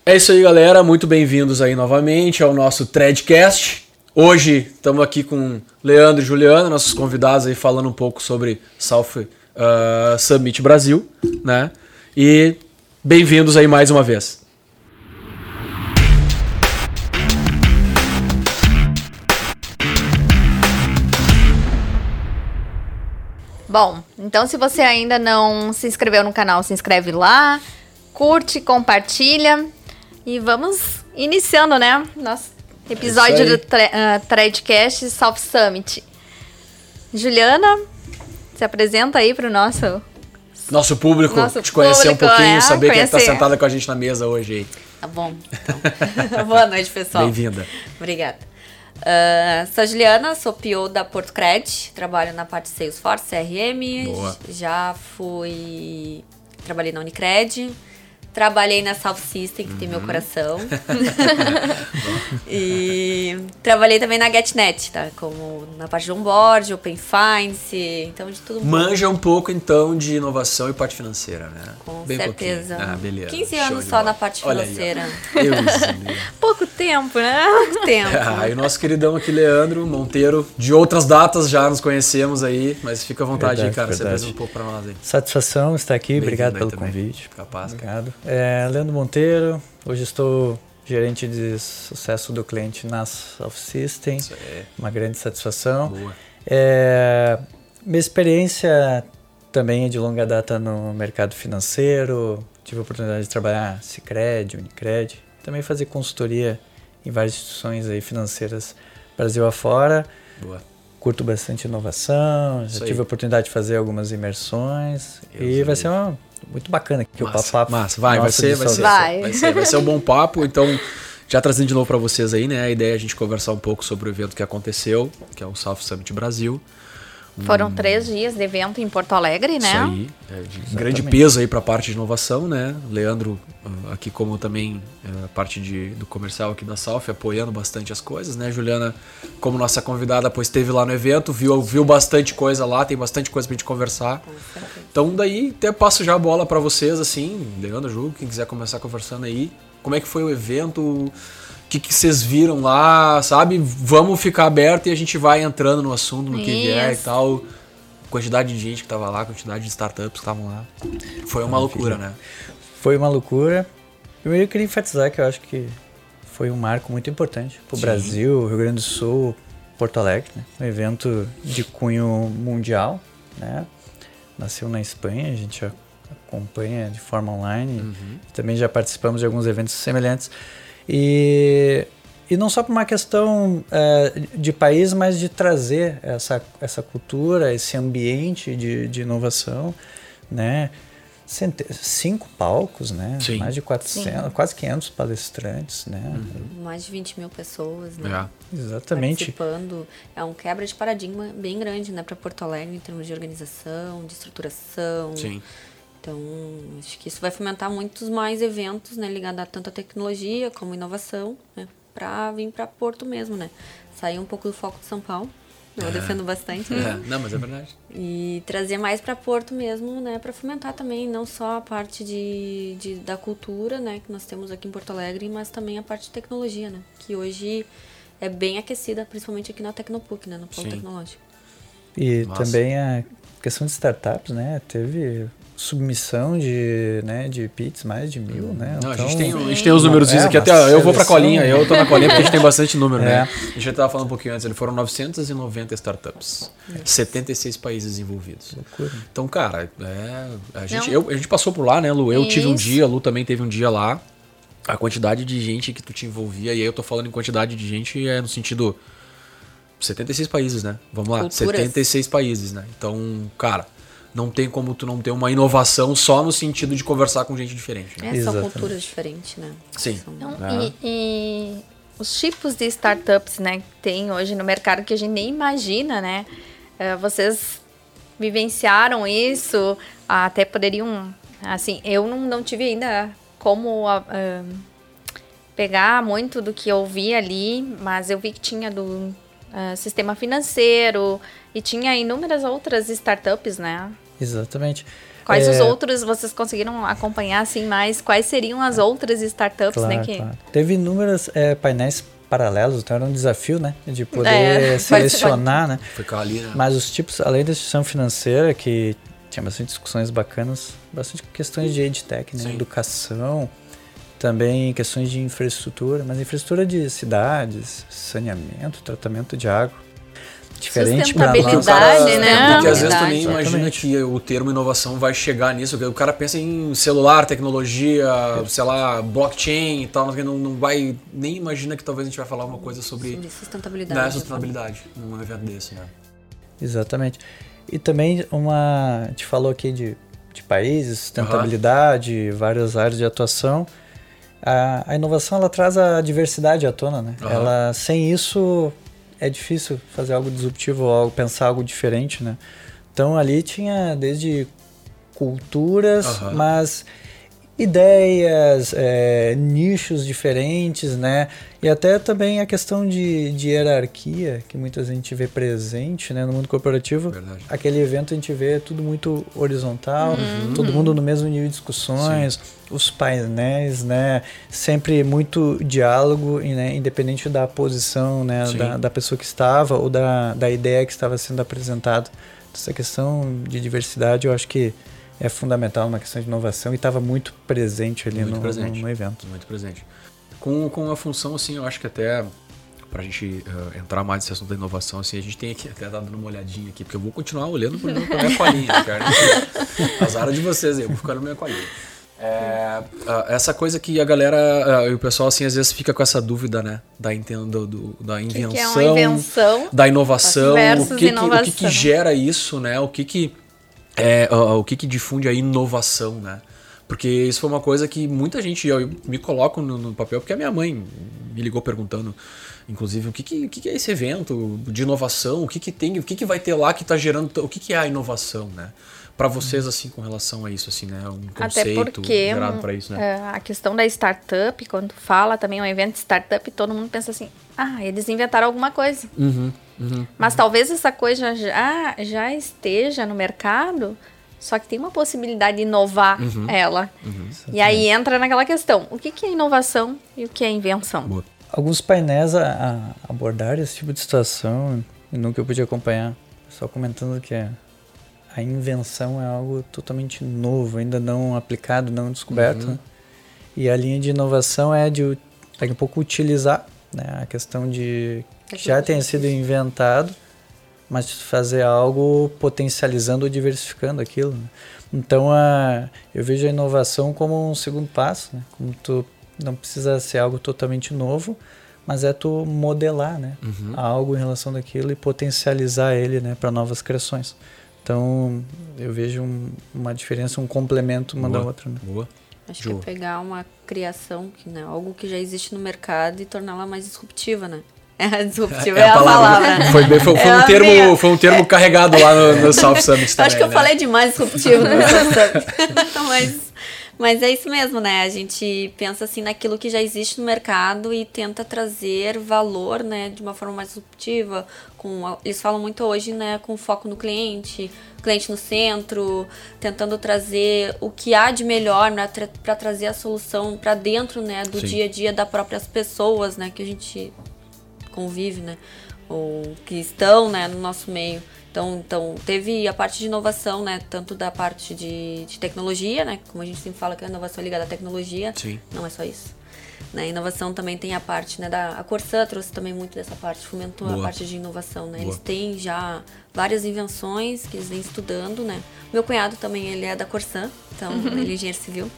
É isso aí, galera. Muito bem-vindos aí novamente ao nosso Threadcast. Hoje estamos aqui com Leandro e Juliana, nossos convidados aí, falando um pouco sobre South Summit Brasil, né? E bem-vindos aí mais uma vez. Bom, então se você ainda não se inscreveu no canal, se inscreve lá, curte, compartilha e vamos iniciando, né? Nosso episódio do Threadcast South Summit. Juliana, se apresenta aí para o nosso público, te conhecer um pouquinho, saber quem está sentada com a gente na mesa hoje aí. Tá bom, então. Boa noite, pessoal. Bem-vinda. Obrigada. Sou a Juliana, sou PO da Porto Credit, trabalho na parte Salesforce, CRM. Boa. Trabalhei na Unicred, trabalhei na South System, que tem meu coração. E trabalhei também na GetNet, tá? Como na parte de onboard, Open Finance, então de tudo. Manja um pouco, então, de inovação e parte financeira, né? Com bem certeza. Beleza. 15 anos só na parte financeira. Pouco tempo, né? Pouco tempo. E o nosso queridão aqui, Leandro Monteiro, de outras datas já nos conhecemos aí, mas fica à vontade aí, cara. Você apresenta um pouco pra nós aí. Satisfação estar aqui, obrigado pelo também. Convite. Capaz. Obrigado. Leandro Monteiro, hoje estou gerente de sucesso do cliente na South System. Isso é. Uma grande satisfação. Boa. Minha experiência também é de longa data no mercado financeiro. Tive a oportunidade de trabalhar Sicredi, Unicred. Também fazer consultoria em várias instituições aí financeiras Brasil afora. Boa. Curto bastante inovação. Já tive a oportunidade de fazer algumas imersões. E vai ser muito bacana aqui o papo. Massa, vai ser um bom papo. Então, já trazendo de novo para vocês aí, né? A ideia é a gente conversar um pouco sobre o evento que aconteceu, que é o South Summit Brasil. Foram 3 dias de evento em Porto Alegre, né? Isso aí, de grande peso aí para a parte de inovação, né? Leandro, aqui como também a parte do comercial aqui da South, apoiando bastante as coisas, né? Juliana, como nossa convidada, pois esteve lá no evento, viu bastante coisa lá, tem bastante coisa pra gente conversar. Então daí até passo já a bola para vocês, assim, Leandro, Ju, quem quiser começar conversando aí, como é que foi o evento, o que vocês viram lá, sabe? Vamos ficar aberto e a gente vai entrando no assunto, no que vier e tal. Quantidade de gente que tava lá, quantidade de startups que estavam lá. Foi uma loucura, né? Foi uma loucura. Primeiro eu queria enfatizar que eu acho que foi um marco muito importante pro Brasil, Rio Grande do Sul, Porto Alegre, né? Um evento de cunho mundial, né? Nasceu na Espanha, a gente acompanha de forma online. Também já participamos de alguns eventos semelhantes. E não só por uma questão de país, mas de trazer essa cultura, esse ambiente de inovação, né? 5 palcos, né? Sim. Mais de 400, quase 500 palestrantes, né? Mais de 20 mil pessoas, né? Exatamente. Participando. É um quebra de paradigma bem grande, né? Para Porto Alegre, em termos de organização, de estruturação. Sim. Então, acho que isso vai fomentar muitos mais eventos, né, ligados a tanto a tecnologia como inovação, né, para vir para Porto mesmo, né? Sair um pouco do foco de São Paulo, eu defendo bastante. Né? Não, mas é verdade. E trazer mais para Porto mesmo, né, para fomentar também não só a parte da cultura, né, que nós temos aqui em Porto Alegre, mas também a parte de tecnologia, né, que hoje é bem aquecida, principalmente aqui na Tecnopuc, né, no polo tecnológico. E também a questão de startups, né, teve submissão de PITs, mais de 1.000, né? Não, então, a gente tem os números aqui, até eu vou pra colinha, eu tô na colinha porque a gente tem bastante número, né? A gente já estava falando um pouquinho antes, foram 990 startups, 76 países envolvidos. Loucura. Então, cara, a gente passou por lá, né, Lu? Eu tive um dia, a Lu também teve um dia lá. A quantidade de gente que tu te envolvia, e aí eu tô falando em quantidade de gente no sentido 76 países, né? Vamos lá, culturas. 76 países, né? Então, cara, não tem como tu não ter uma inovação só no sentido de conversar com gente diferente. Né? São culturas diferentes, né? Sim. E os tipos de startups, né, que tem hoje no mercado que a gente nem imagina, né? Vocês vivenciaram isso, até poderiam... Assim, eu não tive ainda como pegar muito do que eu vi ali, mas eu vi que tinha do sistema financeiro e tinha inúmeras outras startups, né? Exatamente. Quais os outros, vocês conseguiram acompanhar assim mais? Quais seriam as outras startups, claro, né? Claro. Teve inúmeros painéis paralelos, então era um desafio, né? De poder selecionar, né? Ficar ali, né? Mas os tipos, além da instituição financeira, que tinha bastante discussões bacanas, bastante questões de EdTech, né? Educação, também questões de infraestrutura, mas infraestrutura de cidades, saneamento, tratamento de água. Diferente para sustentabilidade, né? Porque às vezes tu nem imagina que o termo inovação vai chegar nisso. O cara pensa em celular, tecnologia, sei lá, blockchain e tal, mas não vai nem imagina que talvez a gente vai falar uma coisa sobre sustentabilidade. Né, sustentabilidade num evento desse, né? Exatamente. E também a gente falou aqui de países, sustentabilidade, várias áreas de atuação. A inovação, ela traz a diversidade à tona, né? Ela, sem isso, é difícil fazer algo disruptivo ou pensar algo diferente, né? Então, ali tinha desde culturas, mas ideias, nichos diferentes, né? E até também a questão de hierarquia, que muita gente vê presente, né, no mundo corporativo. Verdade. Aquele evento a gente vê tudo muito horizontal, todo mundo no mesmo nível de discussões, os painéis, né, sempre muito diálogo, né, independente da posição, né, da pessoa que estava ou da ideia que estava sendo apresentada. Essa questão de diversidade eu acho que é fundamental na questão de inovação e estava muito presente ali no evento. Muito presente. Com a função, assim, eu acho que até pra gente entrar mais nesse assunto da inovação, assim, a gente tem aqui, até dando uma olhadinha aqui, porque eu vou continuar olhando pra minha colinha, cara. Azar de vocês aí, eu vou ficar na minha colinha. Essa coisa que a galera e o pessoal, assim, às vezes fica com essa dúvida, né, da invenção, que é uma invenção, da inovação, inovação. O que gera isso, né, o que difunde a inovação, né? Porque isso foi uma coisa que muita gente, eu me coloco no papel, porque a minha mãe me ligou perguntando, inclusive, o que é esse evento de inovação, o que vai ter lá que está gerando, o que é a inovação, né? Para vocês, assim, com relação a isso, assim, né? Um conceito gerado para isso, né? A questão da startup, quando fala também um evento de startup, todo mundo pensa assim, eles inventaram alguma coisa. Mas talvez essa coisa já esteja no mercado, só que tem uma possibilidade de inovar ela. E aí entra naquela questão, o que é inovação e o que é invenção? Boa. Alguns painéis a abordar esse tipo de situação, e nunca eu pude acompanhar, só comentando que a invenção é algo totalmente novo, ainda não aplicado, não descoberto. Né? E a linha de inovação é de, daqui a pouco, utilizar, né, a questão de que já tenha sido inventado, mas fazer algo potencializando ou diversificando aquilo. Né? Então, eu vejo a inovação como um segundo passo, né? Como tu não precisa ser algo totalmente novo, mas é tu modelar, né, algo em relação daquilo e potencializar ele, né, para novas criações. Então, eu vejo uma diferença, um complemento uma da outra. Né? Boa. Acho que é pegar uma criação, né, algo que já existe no mercado e torná-la mais disruptiva, né? Disruptiva é a palavra. Foi um termo carregado lá no South Summit também. Acho que eu falei demais disruptivo no South Summit. Mas é isso mesmo, né? A gente pensa assim naquilo que já existe no mercado e tenta trazer valor, né, de uma forma mais disruptiva. Eles falam muito hoje, né, com foco no cliente no centro, tentando trazer o que há de melhor, né, para trazer a solução para dentro, né, do dia a dia das próprias pessoas, né, que a gente convive, né, ou que estão, né, no nosso meio. Então teve a parte de inovação, né, tanto da parte de tecnologia, né, como a gente sempre fala que a inovação é ligada à tecnologia. Sim. Não é só isso. Na inovação também tem a parte, né, a Corsã trouxe também muito dessa parte, fomentou a parte de inovação, né. Eles têm já várias invenções que eles vêm estudando, né. Meu cunhado também, ele é da Corsã, então ele é engenheiro civil.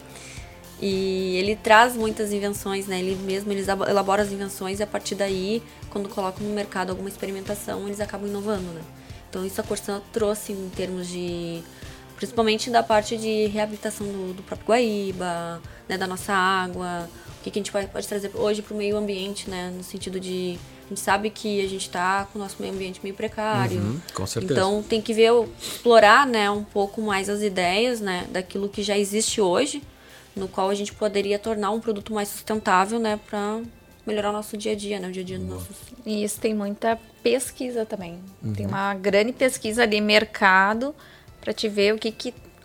E ele traz muitas invenções, né? Ele elabora as invenções e a partir daí, quando colocam no mercado alguma experimentação, eles acabam inovando, né? Então isso a Corsã trouxe em termos de, principalmente da parte de reabilitação do próprio Guaíba, né? Da nossa água, o que a gente pode trazer hoje para o meio ambiente, né? No sentido de, a gente sabe que a gente está com o nosso meio ambiente meio precário. Com certeza. Então tem que explorar, né? Um pouco mais as ideias, né? Daquilo que já existe hoje, no qual a gente poderia tornar um produto mais sustentável, né, para melhorar o nosso dia a dia, né, o dia a dia dos nossos... E isso tem muita pesquisa também. Tem uma grande pesquisa de mercado para te ver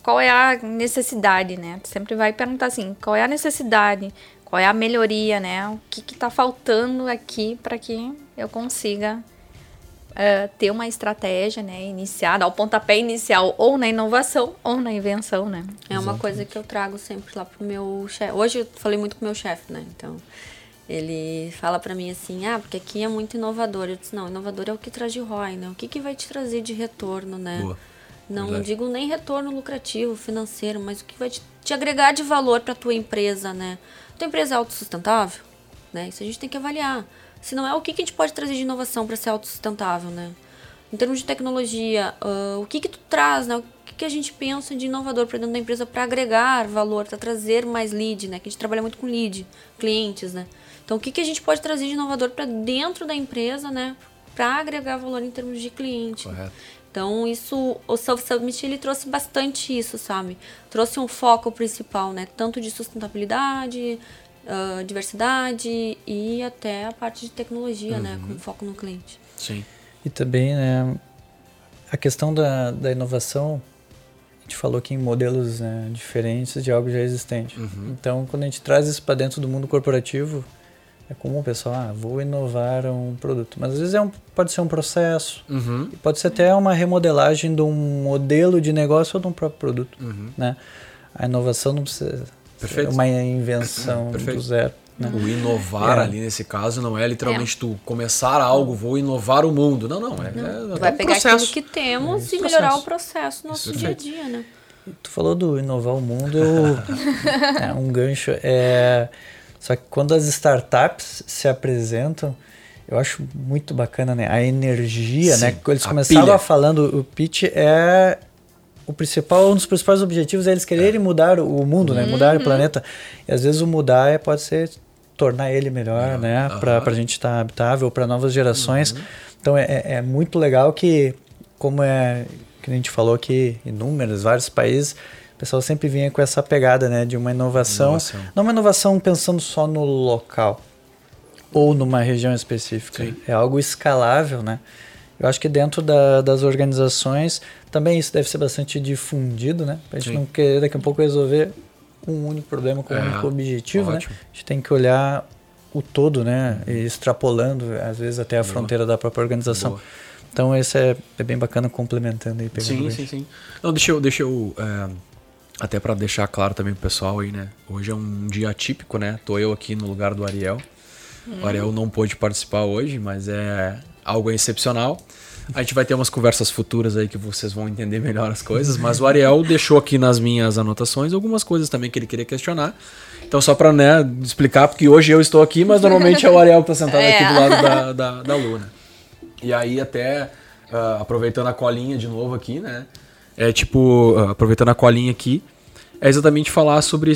qual é a necessidade, né? Tu sempre vai perguntar assim, qual é a necessidade, qual é a melhoria, né? O que tá faltando aqui para que eu consiga ter uma estratégia, né, iniciada, ao pontapé inicial, ou na inovação, ou na invenção, né? É uma coisa que eu trago sempre lá pro meu chefe. Hoje eu falei muito com o meu chefe, né? Então, ele fala pra mim assim, porque aqui é muito inovador. Eu disse, não, inovador é o que traz de ROI, né? O que vai te trazer de retorno, né? Boa. Não digo nem retorno lucrativo, financeiro, mas o que vai te agregar de valor pra tua empresa, né? Tua empresa é autossustentável, né? Isso a gente tem que avaliar. Se não é, o que a gente pode trazer de inovação para ser autossustentável, né? Em termos de tecnologia, o que tu traz, né? O que a gente pensa de inovador para dentro da empresa para agregar valor, para trazer mais lead, né? Que a gente trabalha muito com lead, clientes, né? Então, o que a gente pode trazer de inovador para dentro da empresa, né? Para agregar valor em termos de cliente. Correto. Então, isso, o Self Summit, ele trouxe bastante isso, sabe? Trouxe um foco principal, né? Tanto de sustentabilidade, diversidade e até a parte de tecnologia, né? Com foco no cliente. Sim. E também, né, a questão da inovação, a gente falou aqui em modelos, né, diferentes de algo já existente. Então, quando a gente traz isso para dentro do mundo corporativo, é comum o pessoal, vou inovar um produto. Mas às vezes pode ser um processo, pode ser até uma remodelagem de um modelo de negócio ou de um próprio produto. Né? A inovação não precisa ser uma invenção do zero. Né? O inovar ali nesse caso não é literalmente tu começar algo, vou inovar o mundo. Não. Vai um pegar processo. aquilo que temos e melhorar o processo no nosso dia a dia, né? Tu falou do inovar o mundo, um gancho. Só que quando as startups se apresentam, eu acho muito bacana, né? A energia, né? Eles começavam falando, o pitch é um dos principais objetivos é eles quererem mudar o mundo, né? Mudar o planeta. E às vezes o mudar pode ser tornar ele melhor, né? Para a gente estar habitável, para novas gerações. Então é muito legal que, como que a gente falou aqui, vários países, o pessoal sempre vinha com essa pegada, né? De uma inovação. Não uma inovação pensando só no local ou numa região específica. Sim. É algo escalável, né? Eu acho que dentro das organizações também isso deve ser bastante difundido, né? Pra gente não querer daqui a pouco resolver um único problema com um único objetivo, né? A gente tem que olhar o todo, né? E extrapolando, às vezes, até a fronteira da própria organização. Boa. Então, esse é bem bacana, complementando aí. Sim. Não, deixa eu até para deixar claro também pro pessoal aí, né? Hoje é um dia atípico, né? Tô eu aqui no lugar do Ariel. O Ariel não pôde participar hoje, mas é algo excepcional. A gente vai ter umas conversas futuras aí que vocês vão entender melhor as coisas, mas o Ariel deixou aqui nas minhas anotações algumas coisas também que ele queria questionar. Então só para explicar, porque hoje eu estou aqui, mas normalmente é o Ariel que está sentado aqui do lado da Luna. E aí até, aproveitando a colinha de novo aqui, né? Aproveitando a colinha aqui, é exatamente falar sobre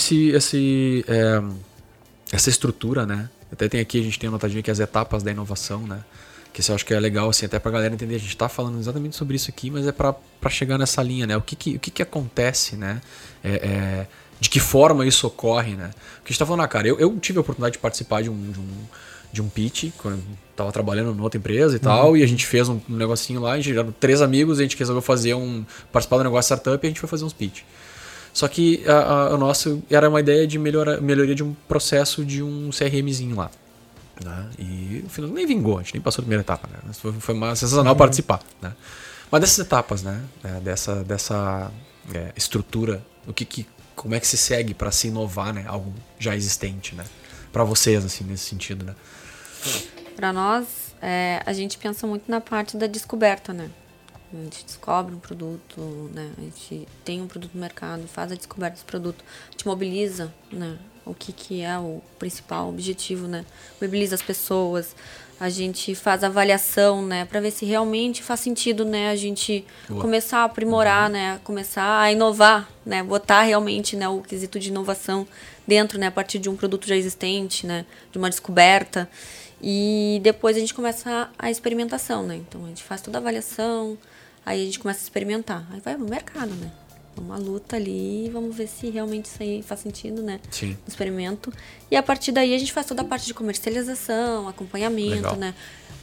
essa estrutura, né? Até a gente tem anotadinho aqui as etapas da inovação, né? Que isso eu acho que é legal, assim, até pra galera entender. A gente tá falando exatamente sobre isso aqui, mas é pra chegar nessa linha, né? O que acontece, né? De que forma isso ocorre, né? O que a gente tá falando, cara, eu tive a oportunidade de participar de um pitch, quando eu tava trabalhando em outra empresa e tal, e a gente fez um negocinho lá, a gente eram 3 amigos, a gente resolveu participar do negócio startup e a gente foi fazer uns pitch. Só que o nosso era uma ideia de melhoria de um processo de um CRMzinho lá. Né? E no final nem vingou, a gente nem passou a primeira etapa. Né? Foi sensacional participar. Né? Mas dessas etapas, né? Dessa estrutura, como é que se segue para se inovar, né? Algo já existente, né? Para vocês, assim, nesse sentido, né? Para nós, a gente pensa muito na parte da descoberta, né? A gente descobre um produto, né? A gente tem um produto no mercado, faz a descoberta desse produto, te mobiliza, né? O que é o principal objetivo, né? Mobiliza as pessoas, a gente faz avaliação, né? Para ver se realmente faz sentido, né? A gente começar a aprimorar, né? Começar a inovar, né? Botar realmente, né, o quesito de inovação dentro, né? A partir de um produto já existente, né? De uma descoberta. E depois a gente começa a experimentação, né? Então a gente faz toda a avaliação, aí a gente começa a experimentar. Aí vai no mercado, né? Uma luta ali, vamos ver se realmente isso aí faz sentido, né? Sim. No experimento. E a partir daí a gente faz toda a parte de comercialização, acompanhamento, né?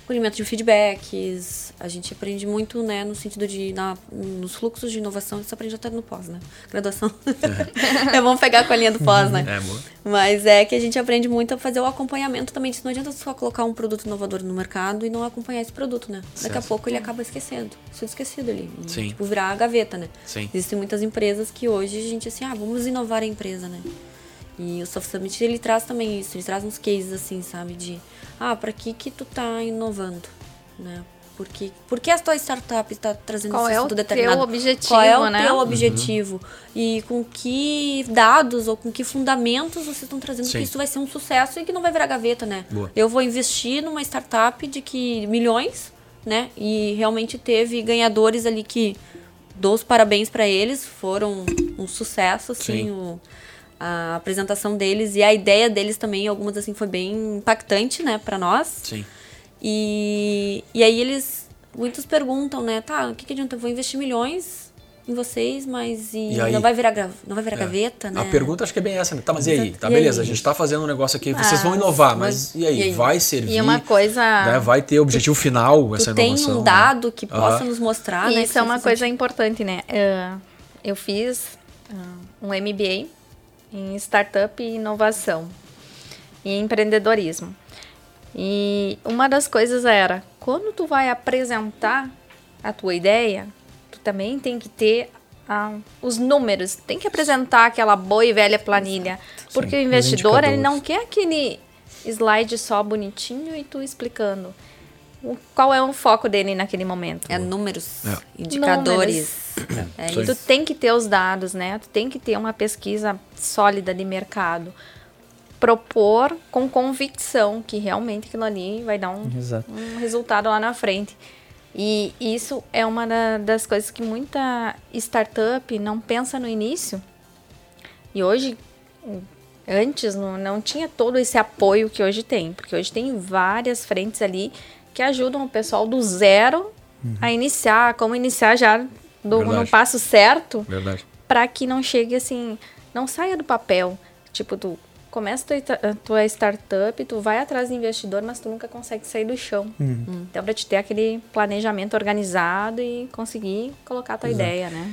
acolhimento de feedbacks, a gente aprende muito, né, no sentido de, nos fluxos de inovação, isso aprende até no pós, né, graduação. Vamos pegar com a linha do pós, né. Mas é que a gente aprende muito a fazer o acompanhamento também disso. Não adianta só colocar um produto inovador no mercado e não acompanhar esse produto, né. Daqui a pouco ele acaba sendo esquecido ali. Sim. Tipo, virar a gaveta, né. Sim. Existem muitas empresas que hoje a gente, assim, vamos inovar a empresa, né. E o Soft Summit, ele traz também isso, ele traz uns cases assim, sabe, de pra que tu tá inovando, né? Por que a tua startup está trazendo esse assunto determinado? Qual é o teu objetivo, Qual é o né? teu objetivo? E com que dados ou com que fundamentos vocês estão trazendo que isso vai ser um sucesso e que não vai virar gaveta, né? Boa. Eu vou investir numa startup de que milhões, né? E realmente teve ganhadores ali que dou os parabéns para eles, foram um sucesso, assim, a apresentação deles e a ideia deles também, algumas assim, foi bem impactante, né, para nós. Sim. E aí muitos perguntam, né, o que adianta? Eu vou investir milhões em vocês, mas aí, não vai virar gaveta, né? A pergunta acho que é bem essa, né? Tá, mas e aí? Tá, beleza, a gente tá fazendo um negócio aqui, vocês vão inovar, mas e aí? Vai servir? E uma coisa... Né? Vai ter objetivo final essa inovação? Tem um dado que possa nos mostrar, né? Isso é uma coisa importante, né? Eu fiz um MBA em Startup e Inovação e Empreendedorismo. E uma das coisas era, quando tu vai apresentar a tua ideia, tu também tem que ter os números, tem que apresentar aquela boa e velha planilha. Porque o investidor, ele não quer aquele slide só bonitinho e tu explicando. Qual é o foco dele naquele momento? Números, indicadores. E tu tem que ter os dados, né? Tu tem que ter uma pesquisa sólida de mercado. Propor com convicção que realmente aquilo ali vai dar um resultado lá na frente. E isso é uma das coisas que muita startup não pensa no início. E hoje, antes não tinha todo esse apoio que hoje tem. Porque hoje tem várias frentes ali que ajudam o pessoal do zero a iniciar, como iniciar já no passo certo, para que não chegue assim, não saia do papel. Tipo, tu começa a tua startup, tu vai atrás do investidor, mas tu nunca consegue sair do chão. Então, para te ter aquele planejamento organizado e conseguir colocar a tua ideia, né?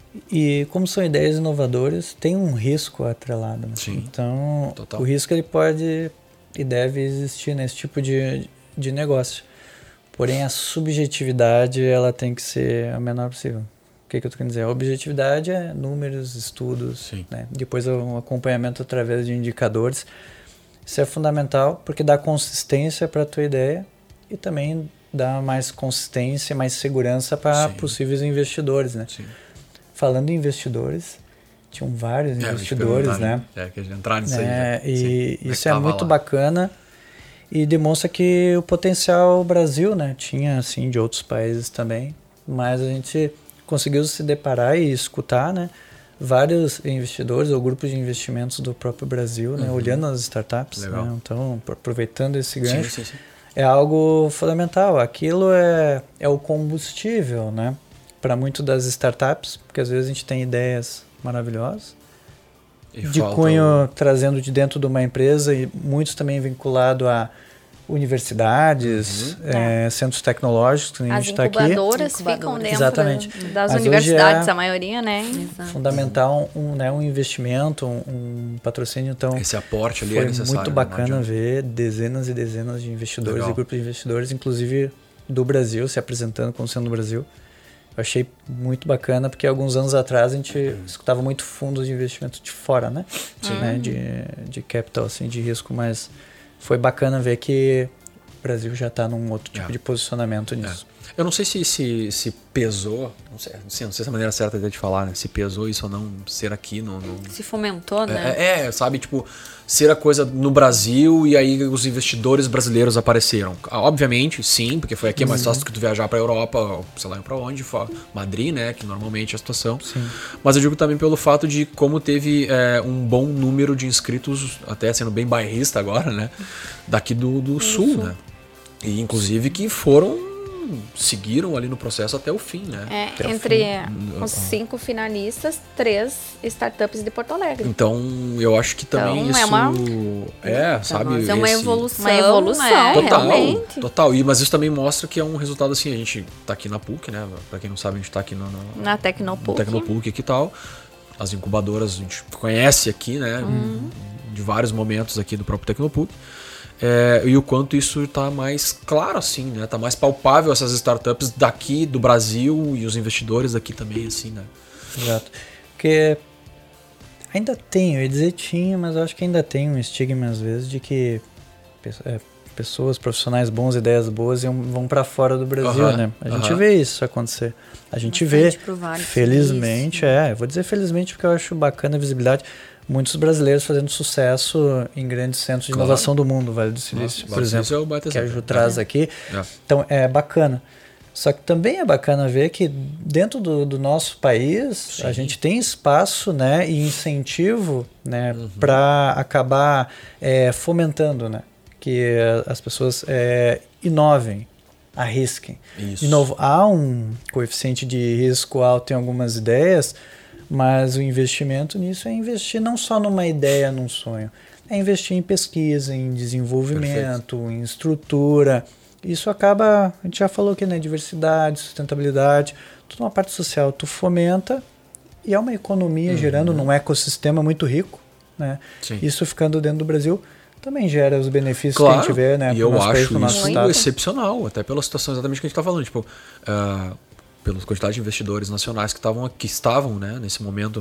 E como são ideias inovadoras, tem um risco atrelado. Né? Sim. Então, o risco ele pode e deve existir nesse tipo de negócio. Porém, a subjetividade ela tem que ser a menor possível. O que eu tô querendo dizer? A objetividade é números, estudos, né? Depois um acompanhamento através de indicadores. Isso é fundamental porque dá consistência para a tua ideia e também dá mais consistência, mais segurança para possíveis investidores, né? Sim. Falando em investidores, tinham vários investidores, né? Que a gente entrar nisso aí. E isso é muito bacana. E demonstra que o potencial Brasil, né, tinha assim de outros países também, mas a gente conseguiu se deparar e escutar, né, vários investidores ou grupos de investimentos do próprio Brasil, né, olhando as startups, né, então aproveitando esse gancho, é algo fundamental. Aquilo é o combustível, né, para muitas das startups, porque às vezes a gente tem ideias maravilhosas, de cunho trazendo de dentro de uma empresa e muitos também vinculado a universidades, centros tecnológicos, que a gente está aqui. As incubadoras ficam dentro das universidades, a maioria, né? Fundamental um investimento, um patrocínio. Então, esse aporte ali foi é necessário. Muito bacana ver dezenas e dezenas de investidores e grupos de investidores, inclusive do Brasil, se apresentando como sendo do Brasil. Eu achei muito bacana, porque alguns anos atrás a gente escutava muito fundos de investimento de fora, né? Né? De capital, assim, de risco, mas foi bacana ver que o Brasil já está num outro tipo de posicionamento nisso. Eu não sei se pesou, não sei se é a maneira certa de falar, né? Se pesou isso ou não ser aqui no... Se fomentou, né? Sabe, tipo, ser a coisa no Brasil e aí os investidores brasileiros apareceram. Obviamente, sim, porque foi aqui é mais fácil do que tu viajar pra Europa, sei lá, pra onde, Madrid, né? Que normalmente é a situação. Sim. Mas eu digo também pelo fato de como teve um bom número de inscritos, até sendo bem bairrista agora, né? Daqui do Sul, né? E inclusive que foram seguiram ali no processo até o fim, né? Entre os 5 finalistas, 3 startups de Porto Alegre. Então, eu acho que também então, isso... sabe? É uma evolução. Uma evolução, realmente. Total. Mas isso também mostra que é um resultado assim, a gente tá aqui na PUC, né? Pra quem não sabe, a gente tá aqui na Tecnopuc. No Tecnopuc aqui e tal. As incubadoras a gente conhece aqui, né? De vários momentos aqui do próprio Tecnopuc. E o quanto isso está mais claro, assim, né? Tá mais palpável essas startups daqui do Brasil e os investidores daqui também, assim, né? Exato. Porque ainda tem, eu ia dizer tinha, mas eu acho que ainda tem um estigma às vezes de que pessoas, profissionais bons, ideias boas vão para fora do Brasil, né? A gente vê isso acontecer. A gente vê, felizmente, eu vou dizer felizmente porque eu acho bacana a visibilidade. Muitos brasileiros fazendo sucesso em grandes centros de inovação do mundo, Vale do Silício, por exemplo, que a Ju traz aqui. Então, é bacana. Só que também é bacana ver que dentro do nosso país, a gente tem espaço, né, e incentivo, né, para acabar fomentando, né, que as pessoas inovem, arrisquem. Isso. De novo, há um coeficiente de risco alto em algumas ideias, mas o investimento nisso é investir não só numa ideia, num sonho. É investir em pesquisa, em desenvolvimento, em estrutura. Isso acaba, a gente já falou aqui, né? Diversidade, sustentabilidade, tudo uma parte social. Tu fomenta e é uma economia gerando num ecossistema muito rico, né? Sim. Isso ficando dentro do Brasil também gera os benefícios que a gente vê, né? E eu acho isso excepcional, até pela situação exatamente que a gente está falando. Tipo, pela quantidade de investidores nacionais que estavam, né, nesse momento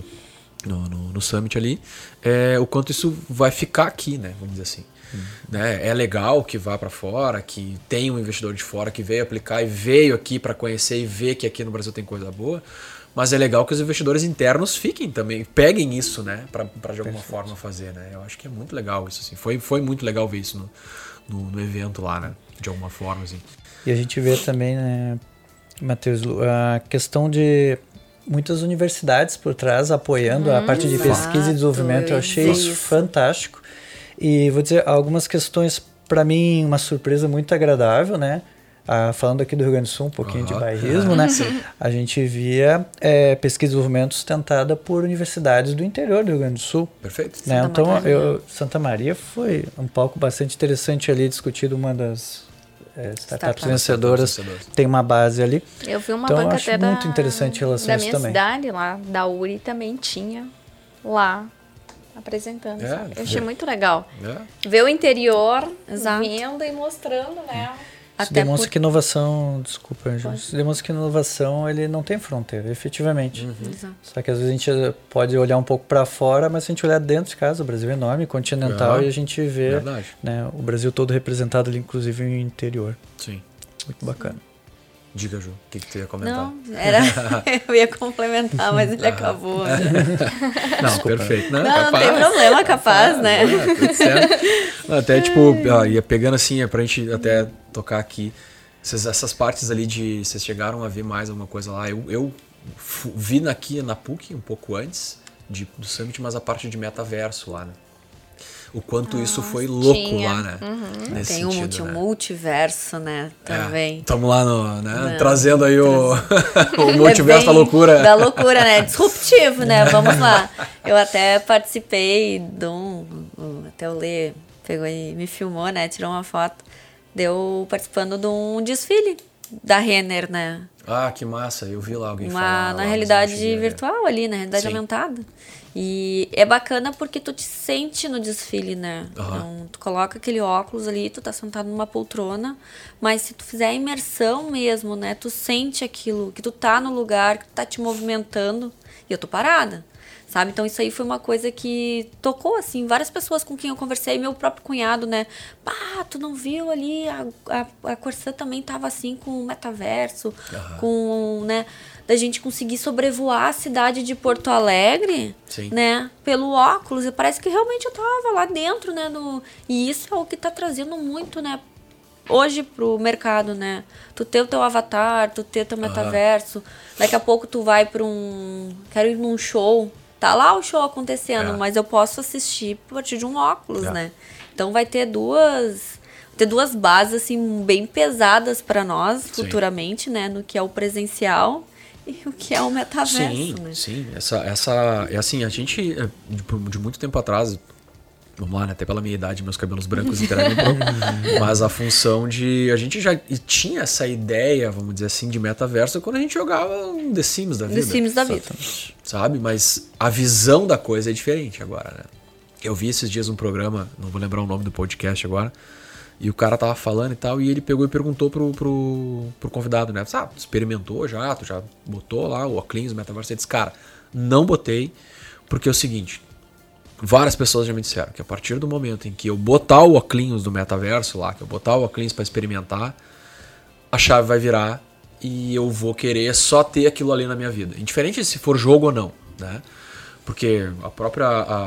no Summit ali, o quanto isso vai ficar aqui, né, vamos dizer assim. Né? É legal que vá para fora, que tem um investidor de fora que veio aplicar e veio aqui para conhecer e ver que aqui no Brasil tem coisa boa, mas é legal que os investidores internos fiquem também, peguem isso, né, para de alguma forma fazer, né. Eu acho que é muito legal isso, assim. Foi muito legal ver isso no evento lá, né, de alguma forma, assim. E a gente vê também, né, Matheus, a questão de muitas universidades por trás apoiando a parte de pesquisa e desenvolvimento. Eu achei isso fantástico. E vou dizer, algumas questões, para mim, uma surpresa muito agradável, né? Falando aqui do Rio Grande do Sul, um pouquinho de bairrismo, né? A gente via pesquisa e desenvolvimento sustentada por universidades do interior do Rio Grande do Sul. Perfeito. Né? Santa Maria foi um palco bastante interessante ali, discutido uma das startups vencedoras, tem uma base ali. Eu vi uma então, banca acho até muito interessante em relação a isso também. Da minha cidade, lá, da URI, também tinha lá apresentando, sabe? Eu achei muito legal. Ver o interior vindo e mostrando, né? Isso demonstra que inovação, desculpa, Angela, isso demonstra que inovação ele não tem fronteira, efetivamente. Só que às vezes a gente pode olhar um pouco para fora, mas se a gente olhar dentro de casa, o Brasil é enorme, continental, e a gente vê, né, o Brasil todo representado ali, inclusive no interior. Sim. Muito bacana. Diga, Ju, o que tu ia comentar? Não, eu ia complementar, mas ele acabou. Não, perfeito. Não tem problema, capaz, né? Tudo certo. Até, tipo, ia pegando assim, pra gente até tocar aqui, essas partes ali de... Vocês chegaram a ver mais alguma coisa lá? Eu vi aqui na PUC, um pouco antes do Summit, mas a parte de metaverso lá, né? O quanto isso foi louco lá, né? Nesse tem sentido, um multiverso, né? Também. Estamos lá trazendo aí o multiverso da loucura. Da loucura, né? Disruptivo, né? Vamos lá. Eu até participei de até o Lê pegou e me filmou, né? Tirou uma foto. Deu participando de um desfile da Renner, né? Ah, que massa. Eu vi lá alguém falar. Na realidade virtual ali, na realidade aumentada. E é bacana porque tu te sente no desfile, né? Então, tu coloca aquele óculos ali, tu tá sentado numa poltrona, mas se tu fizer a imersão mesmo, né? Tu sente aquilo, que tu tá no lugar, que tu tá te movimentando, e eu tô parada, sabe? Então isso aí foi uma coisa que tocou, assim, várias pessoas com quem eu conversei, meu próprio cunhado, né? Pá, tu não viu ali, a Corsã também tava assim com o metaverso, com, né... Da gente conseguir sobrevoar a cidade de Porto Alegre, né? Pelo óculos. E parece que realmente eu tava lá dentro, né? E isso é o que tá trazendo muito, né? Hoje pro mercado, né? Tu ter o teu avatar, tu ter o teu metaverso. Daqui a pouco tu vai pra quero ir num show. Tá lá o show acontecendo, mas eu posso assistir a partir de um óculos, né? Então vai ter ter duas bases, assim, bem pesadas para nós, futuramente, né? No que é o presencial e o que é o metaverso, né? Sim. É assim, a gente, de muito tempo atrás, vamos lá, né? Até pela minha idade, meus cabelos brancos interagem um pouco, mas a função de... A gente já tinha essa ideia, vamos dizer assim, de metaverso quando a gente jogava um The Sims da vida. The Sims da vida. Sabe? Mas a visão da coisa é diferente agora, né? Eu vi esses dias um programa, não vou lembrar o nome do podcast agora, e o cara tava falando e tal, e ele pegou e perguntou pro convidado, né? Experimentou já, tu já botou lá o óculos, o metaverso? Ele disse, cara, não botei, porque é o seguinte... Várias pessoas já me disseram que a partir do momento em que eu botar o óculos do metaverso lá, que eu botar o óculos para experimentar, a chave vai virar e eu vou querer só ter aquilo ali na minha vida. Indiferente se for jogo ou não, né? Porque a própria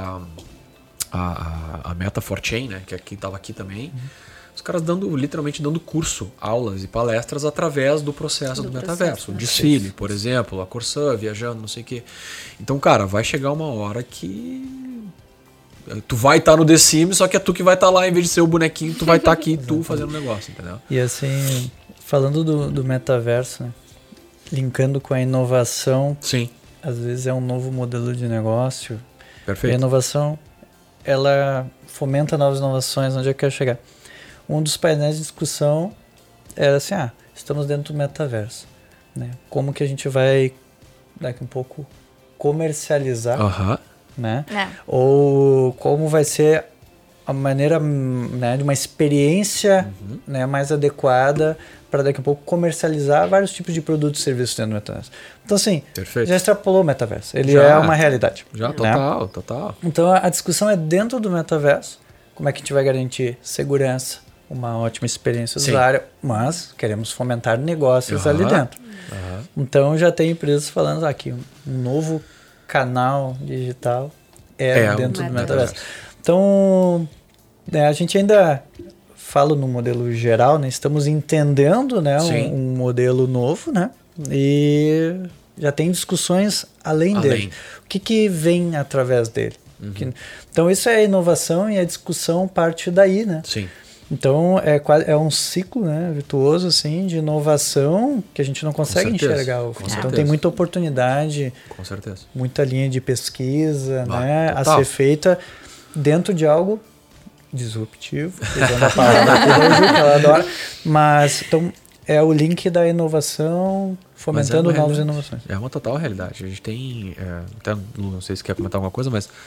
a Meta 4Chain, né, que é quem estava aqui também, os caras literalmente dando curso, aulas e palestras através do processo do metaverso. O desfile, por exemplo, a Corsã viajando, não sei o quê. Então, cara, vai chegar uma hora que... Tu vai estar no The Sims, só que é tu que vai estar lá, em vez de ser o bonequinho, tu vai estar aqui, tu fazendo negócio, entendeu? E assim, falando do metaverso, né? Linkando com a inovação, sim, às vezes é um novo modelo de negócio. Perfeito. A inovação, ela fomenta novas inovações, onde eu quero chegar. Um dos painéis de discussão era assim, estamos dentro do metaverso, né? Como que a gente vai, daqui um pouco, comercializar, né? Ou como vai ser a maneira, né, de uma experiência, né, mais adequada para daqui a pouco comercializar vários tipos de produtos e serviços dentro do metaverso. Então, assim, já extrapolou o metaverso. Ele é uma realidade. Já, né? Total. Então, a discussão é dentro do metaverso. Como é que a gente vai garantir segurança, uma ótima experiência usuária, mas queremos fomentar negócios ali dentro. Então, já tem empresas falando aqui, um novo canal digital dentro do metaverso. Então, a gente ainda fala no modelo geral, né? Estamos entendendo, né, um modelo novo, né? E já tem discussões além dele. O que vem através dele? Então, isso é inovação e a discussão parte daí, né? Sim. Então, é um ciclo, né, virtuoso assim, de inovação que a gente não consegue enxergar. Então, tem muita oportunidade, com certeza, muita linha de pesquisa, né, a ser feita dentro de algo disruptivo, usando a palavra aqui da Ju, que ela adora. Mas, então, é o link da inovação fomentando novas inovações. É uma total realidade. A gente tem, até não sei se quer comentar alguma coisa, mas...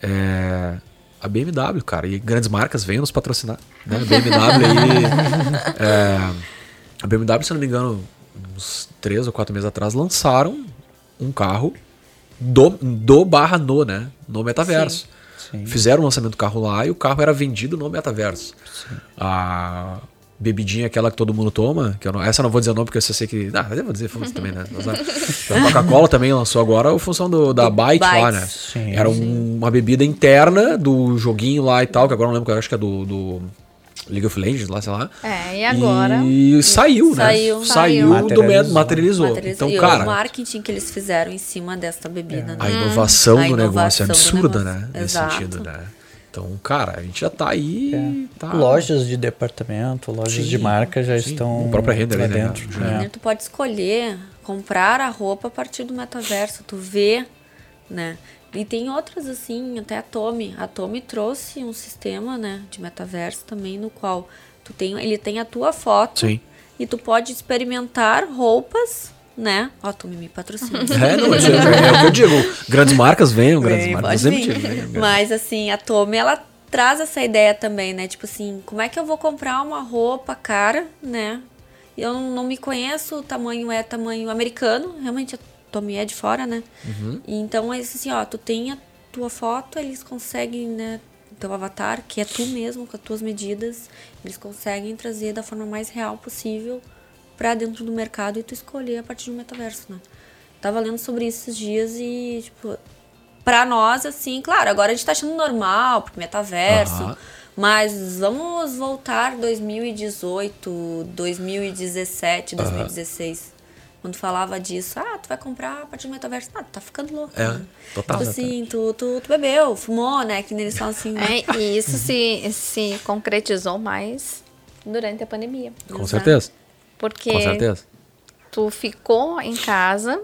a BMW, cara, e grandes marcas venham nos patrocinar, né? A BMW aí, a BMW, se não me engano, uns 3 ou 4 meses atrás, lançaram um carro né? No metaverso. Sim. Fizeram o lançamento do carro lá e o carro era vendido no metaverso. A bebidinha aquela que todo mundo toma, que essa eu não vou dizer o nome porque eu sei que... eu vou dizer também, né? A Coca-Cola também lançou agora a função da Byte lá, né? Sim, era uma bebida interna do joguinho lá e tal, que agora não lembro, acho que é do League of Legends lá, sei lá. E agora? E saiu, né? Saiu materializou. Então, e cara... o marketing que eles fizeram em cima desta bebida, né? A inovação do negócio é absurda, né? Nesse sentido, né? Então, cara, a gente já tá aí... Lojas de departamento, lojas de marca já estão o próprio Render lá né? dentro. Tu pode escolher comprar a roupa a partir do metaverso, tu vê, né? E tem outras assim, até a Tommy. A Tommy trouxe um sistema, né, de metaverso também, no qual ele tem a tua foto e tu pode experimentar roupas, né? Ó, Tommy me patrocina. É o que eu digo. Grandes marcas venham, grandes marcas sempre Mas assim, a Tommy, ela traz essa ideia também, né? Tipo assim, como é que eu vou comprar uma roupa cara, né? Eu não me conheço, o tamanho é tamanho americano, realmente a Tommy é de fora, né? Então, assim, tu tem a tua foto, eles conseguem, né, teu avatar, que é tu mesmo, com as tuas medidas, eles conseguem trazer da forma mais real possível pra dentro do mercado e tu escolher a partir do metaverso, né? Tava lendo sobre isso esses dias e, tipo, pra nós, assim, claro, agora a gente tá achando normal, porque metaverso, mas vamos voltar 2018, 2017, 2016. Quando falava disso, tu vai comprar a partir do metaverso. Tu tá ficando louco. Né? Total. Tipo assim, tu bebeu, fumou, né? Que eles falam assim. E isso se concretizou mais durante a pandemia. Com certeza. Porque Com certeza. tu ficou em casa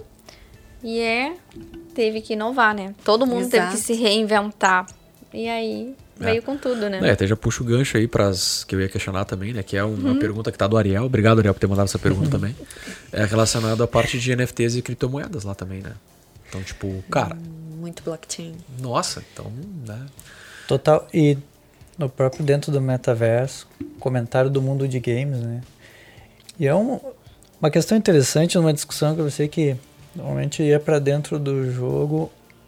e teve que inovar, né? Todo mundo teve que se reinventar. E aí veio com tudo, né? Até já puxo o gancho aí que eu ia questionar também, né? Que é uma pergunta que tá do Ariel. Obrigado, Ariel, por ter mandado essa pergunta também. É relacionado à parte de NFTs e criptomoedas lá também, né? Então, tipo, cara... Muito blockchain. Nossa, então, né? Total. E no próprio dentro do metaverso, comentário do mundo de games, né? E é uma questão interessante numa discussão que eu sei que normalmente ia para dentro do jogo,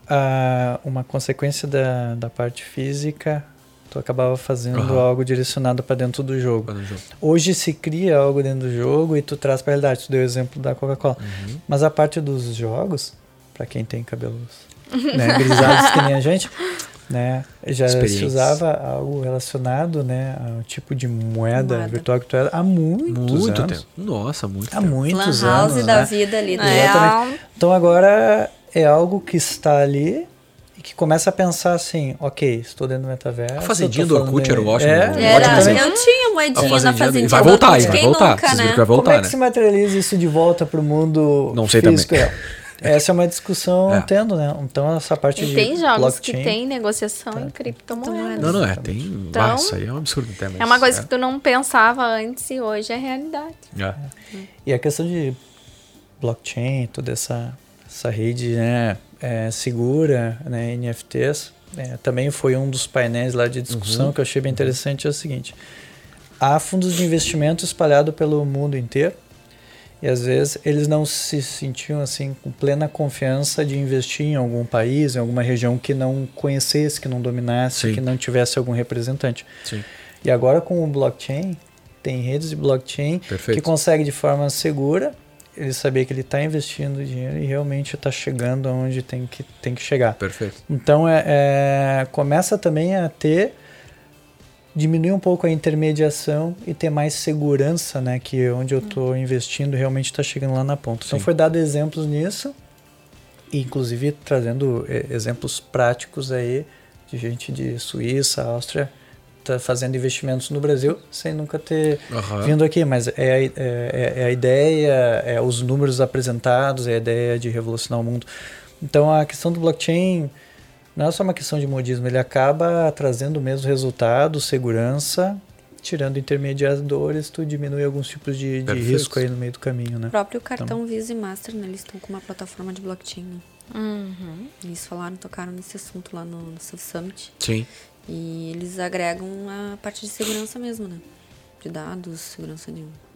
uma consequência da parte física, tu acabava fazendo algo direcionado para dentro do jogo. Hoje se cria algo dentro do jogo e tu traz para a realidade. Tu deu o exemplo da Coca-Cola. Mas a parte dos jogos, para quem tem cabelos né, grisalhos que nem a gente, né, já se usava algo relacionado, né, ao tipo de moeda virtual que tu era há muitos anos. Tempo. Nossa, muito há tempo. muitos Lan anos, house da né? vida ali. Exatamente. Então agora é algo que está ali e que começa a pensar assim, ok, estou dentro do metaverso. A fazendinha do Orkut era ótimo. Eu tinha moedinha na fazendinha. Vai voltar, Quem nunca, né? Vai voltar, como é que se materializa isso de volta para o mundo não sei físico? Também. Essa é uma discussão tendo, né? Então essa parte de tem jogos blockchain, que tem negociação em criptomoedas. Não, tem... Então, isso aí é um absurdo. Mas é uma coisa que tu não pensava antes e hoje é realidade. E a questão de blockchain, toda essa rede, né, segura, né, NFTs, também foi um dos painéis lá de discussão que eu achei bem interessante, é o seguinte: há fundos de investimento espalhados pelo mundo inteiro e às vezes eles não se sentiam assim com plena confiança de investir em algum país, em alguma região que não conhecesse, que não dominasse, que não tivesse algum representante. Sim. E agora com o blockchain, tem redes de blockchain que conseguem de forma segura ele saber que ele está investindo dinheiro e realmente está chegando aonde tem que chegar. Perfeito. Então começa também a diminuir um pouco a intermediação e ter mais segurança, né, que onde eu estou investindo realmente está chegando lá na ponta. Então foi dado exemplos nisso, e inclusive trazendo exemplos práticos aí de gente de Suíça, Áustria, tá fazendo investimentos no Brasil sem nunca ter vindo aqui, mas é a ideia, os números apresentados, é a ideia de revolucionar o mundo. Então a questão do blockchain não é só uma questão de modismo, ele acaba trazendo o mesmo resultado, segurança, tirando intermediadores, tu diminui alguns tipos de risco aí no meio do caminho, né? O próprio cartão Visa e Master, né, eles estão com uma plataforma de blockchain, né? Eles tocaram nesse assunto lá no Surf Summit. Sim. E eles agregam a parte de segurança mesmo, né? De dados, segurança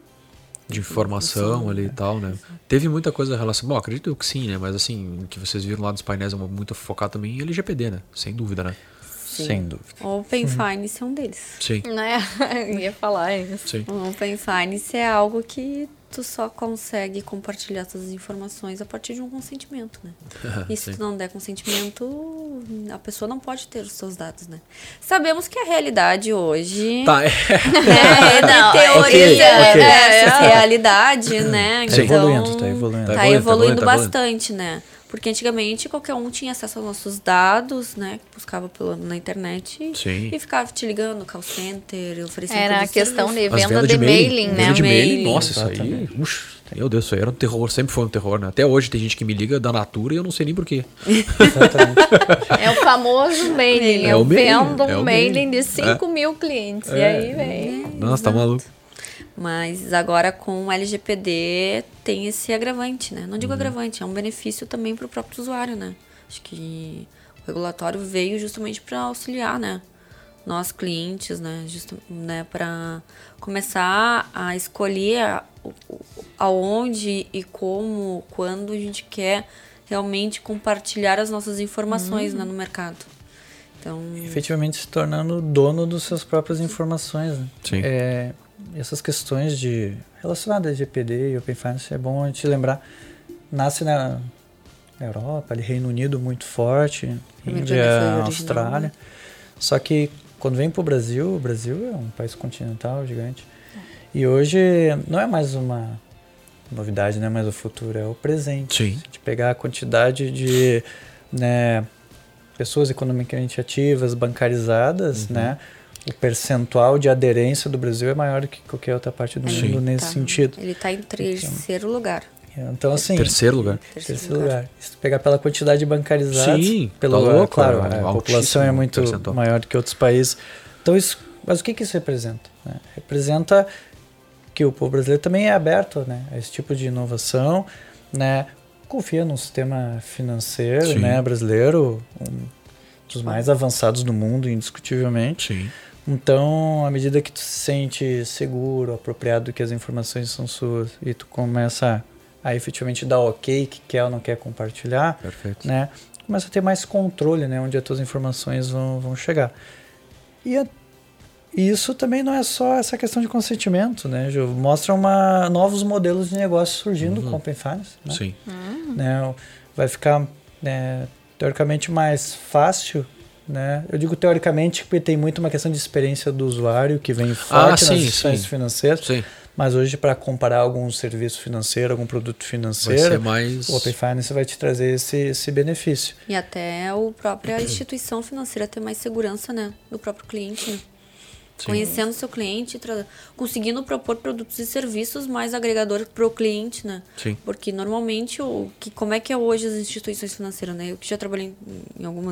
de informação ali e tal, né? Exato. Teve muita coisa relacionada... Bom, acredito que sim, né? Mas assim, o que vocês viram lá dos painéis é muito focado também em LGPD, né? Sem dúvida, né? Sim. Sem dúvida. O Open Finance é um deles. Sim. Eu ia falar isso. Sim. O Open Finance é algo que tu só consegue compartilhar essas informações a partir de um consentimento, né? E se tu não der consentimento, a pessoa não pode ter os seus dados, né? Sabemos que a realidade hoje... Tá, teoria versus realidade, né? Tá evoluindo. Tá evoluindo bastante, né? Porque antigamente qualquer um tinha acesso aos nossos dados, né? Buscava na internet e ficava te ligando, call center, oferecendo. Era a questão de venda de mailing, né? Venda de mailing, nossa, isso aí. Meu Deus, isso aí era um terror, sempre foi um terror, né? Até hoje tem gente que me liga da Natura e eu não sei nem porquê. É o famoso mailing. Eu vendo um mailing de 5 mil clientes. E aí vem. Nossa, tá maluco. Mas agora com o LGPD tem esse agravante, né? Não digo agravante, é um benefício também para o próprio usuário, né? Acho que o regulatório veio justamente para auxiliar, né? Nós clientes, né? Para começar a escolher aonde e como, quando a gente quer realmente compartilhar as nossas informações, né, no mercado. Então, efetivamente se tornando dono das suas próprias informações, né? Sim. Essas questões relacionadas a LGPD e Open Finance, é bom a gente lembrar, nasce na Europa, ali, Reino Unido muito forte, Índia, Austrália, só que quando vem para o Brasil é um país continental gigante, e hoje não é mais uma novidade, não é mais o futuro, é o presente. Sim. Se a gente pegar a quantidade de, né, pessoas economicamente ativas, bancarizadas, né, o percentual de aderência do Brasil é maior do que qualquer outra parte do mundo nesse sentido. Ele está em terceiro lugar. Então, assim... Terceiro lugar. Terceiro lugar. Se tu pegar pela quantidade de bancarizados... Sim, claro, a população é muito maior do que outros países. Então, mas o que isso representa? Né? Representa que o povo brasileiro também é aberto, né, a esse tipo de inovação, né? Confia no sistema financeiro, né, brasileiro, um dos mais avançados do mundo, indiscutivelmente. Sim. Então, à medida que tu se sente seguro, apropriado, que as informações são suas, e tu começa a efetivamente dar ok, que quer ou não quer compartilhar, perfeito, né, começa a ter mais controle, né, onde as tuas informações vão chegar. E isso também não é só essa questão de consentimento, né, Ju? Mostra novos modelos de negócio surgindo com Open Finance. Né? Sim. Né, vai ficar, teoricamente, mais fácil, né? Eu digo teoricamente porque tem muito uma questão de experiência do usuário que vem forte nas instituições financeiras. Sim. Mas hoje, para comparar algum serviço financeiro, algum produto financeiro, o Open Finance vai te trazer esse benefício. E até a própria instituição financeira ter mais segurança, né, do próprio cliente, né? Conhecendo o seu cliente, conseguindo propor produtos e serviços mais agregadores para o cliente, né? Sim. Porque normalmente, como é que é hoje as instituições financeiras, né? Eu que já trabalhei em algumas...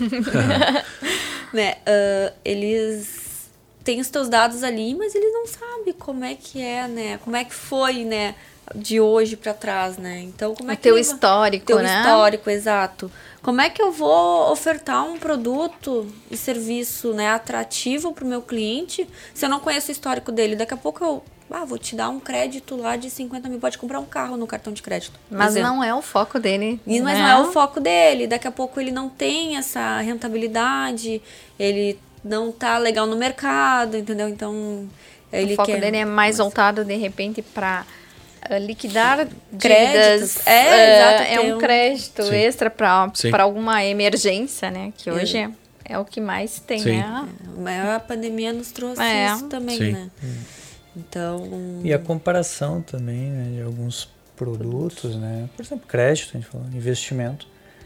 né? Eles têm os teus dados ali, mas eles não sabem como é que é, né? Como é que foi, né? De hoje para trás, né? Então, como é que... Teu histórico, né? Teu histórico, exato. Como é que eu vou ofertar um produto e serviço, né, atrativo para o meu cliente se eu não conheço o histórico dele? Daqui a pouco eu vou te dar um crédito lá de 50 mil, pode comprar um carro no cartão de crédito. Mas não é o foco dele. Mas não é o foco dele. Daqui a pouco ele não tem essa rentabilidade, ele não tá legal no mercado, entendeu? Então, ele o foco dele é mais voltado, de repente, para... liquidar créditos, dívidas, exato, um crédito extra para Sim. alguma emergência, né? Que hoje é o que mais tem, Sim. né? A pandemia nos trouxe isso também, Sim. né? Então... E a comparação também, né, de alguns produtos, né? Por exemplo, crédito, a gente falou, investimento.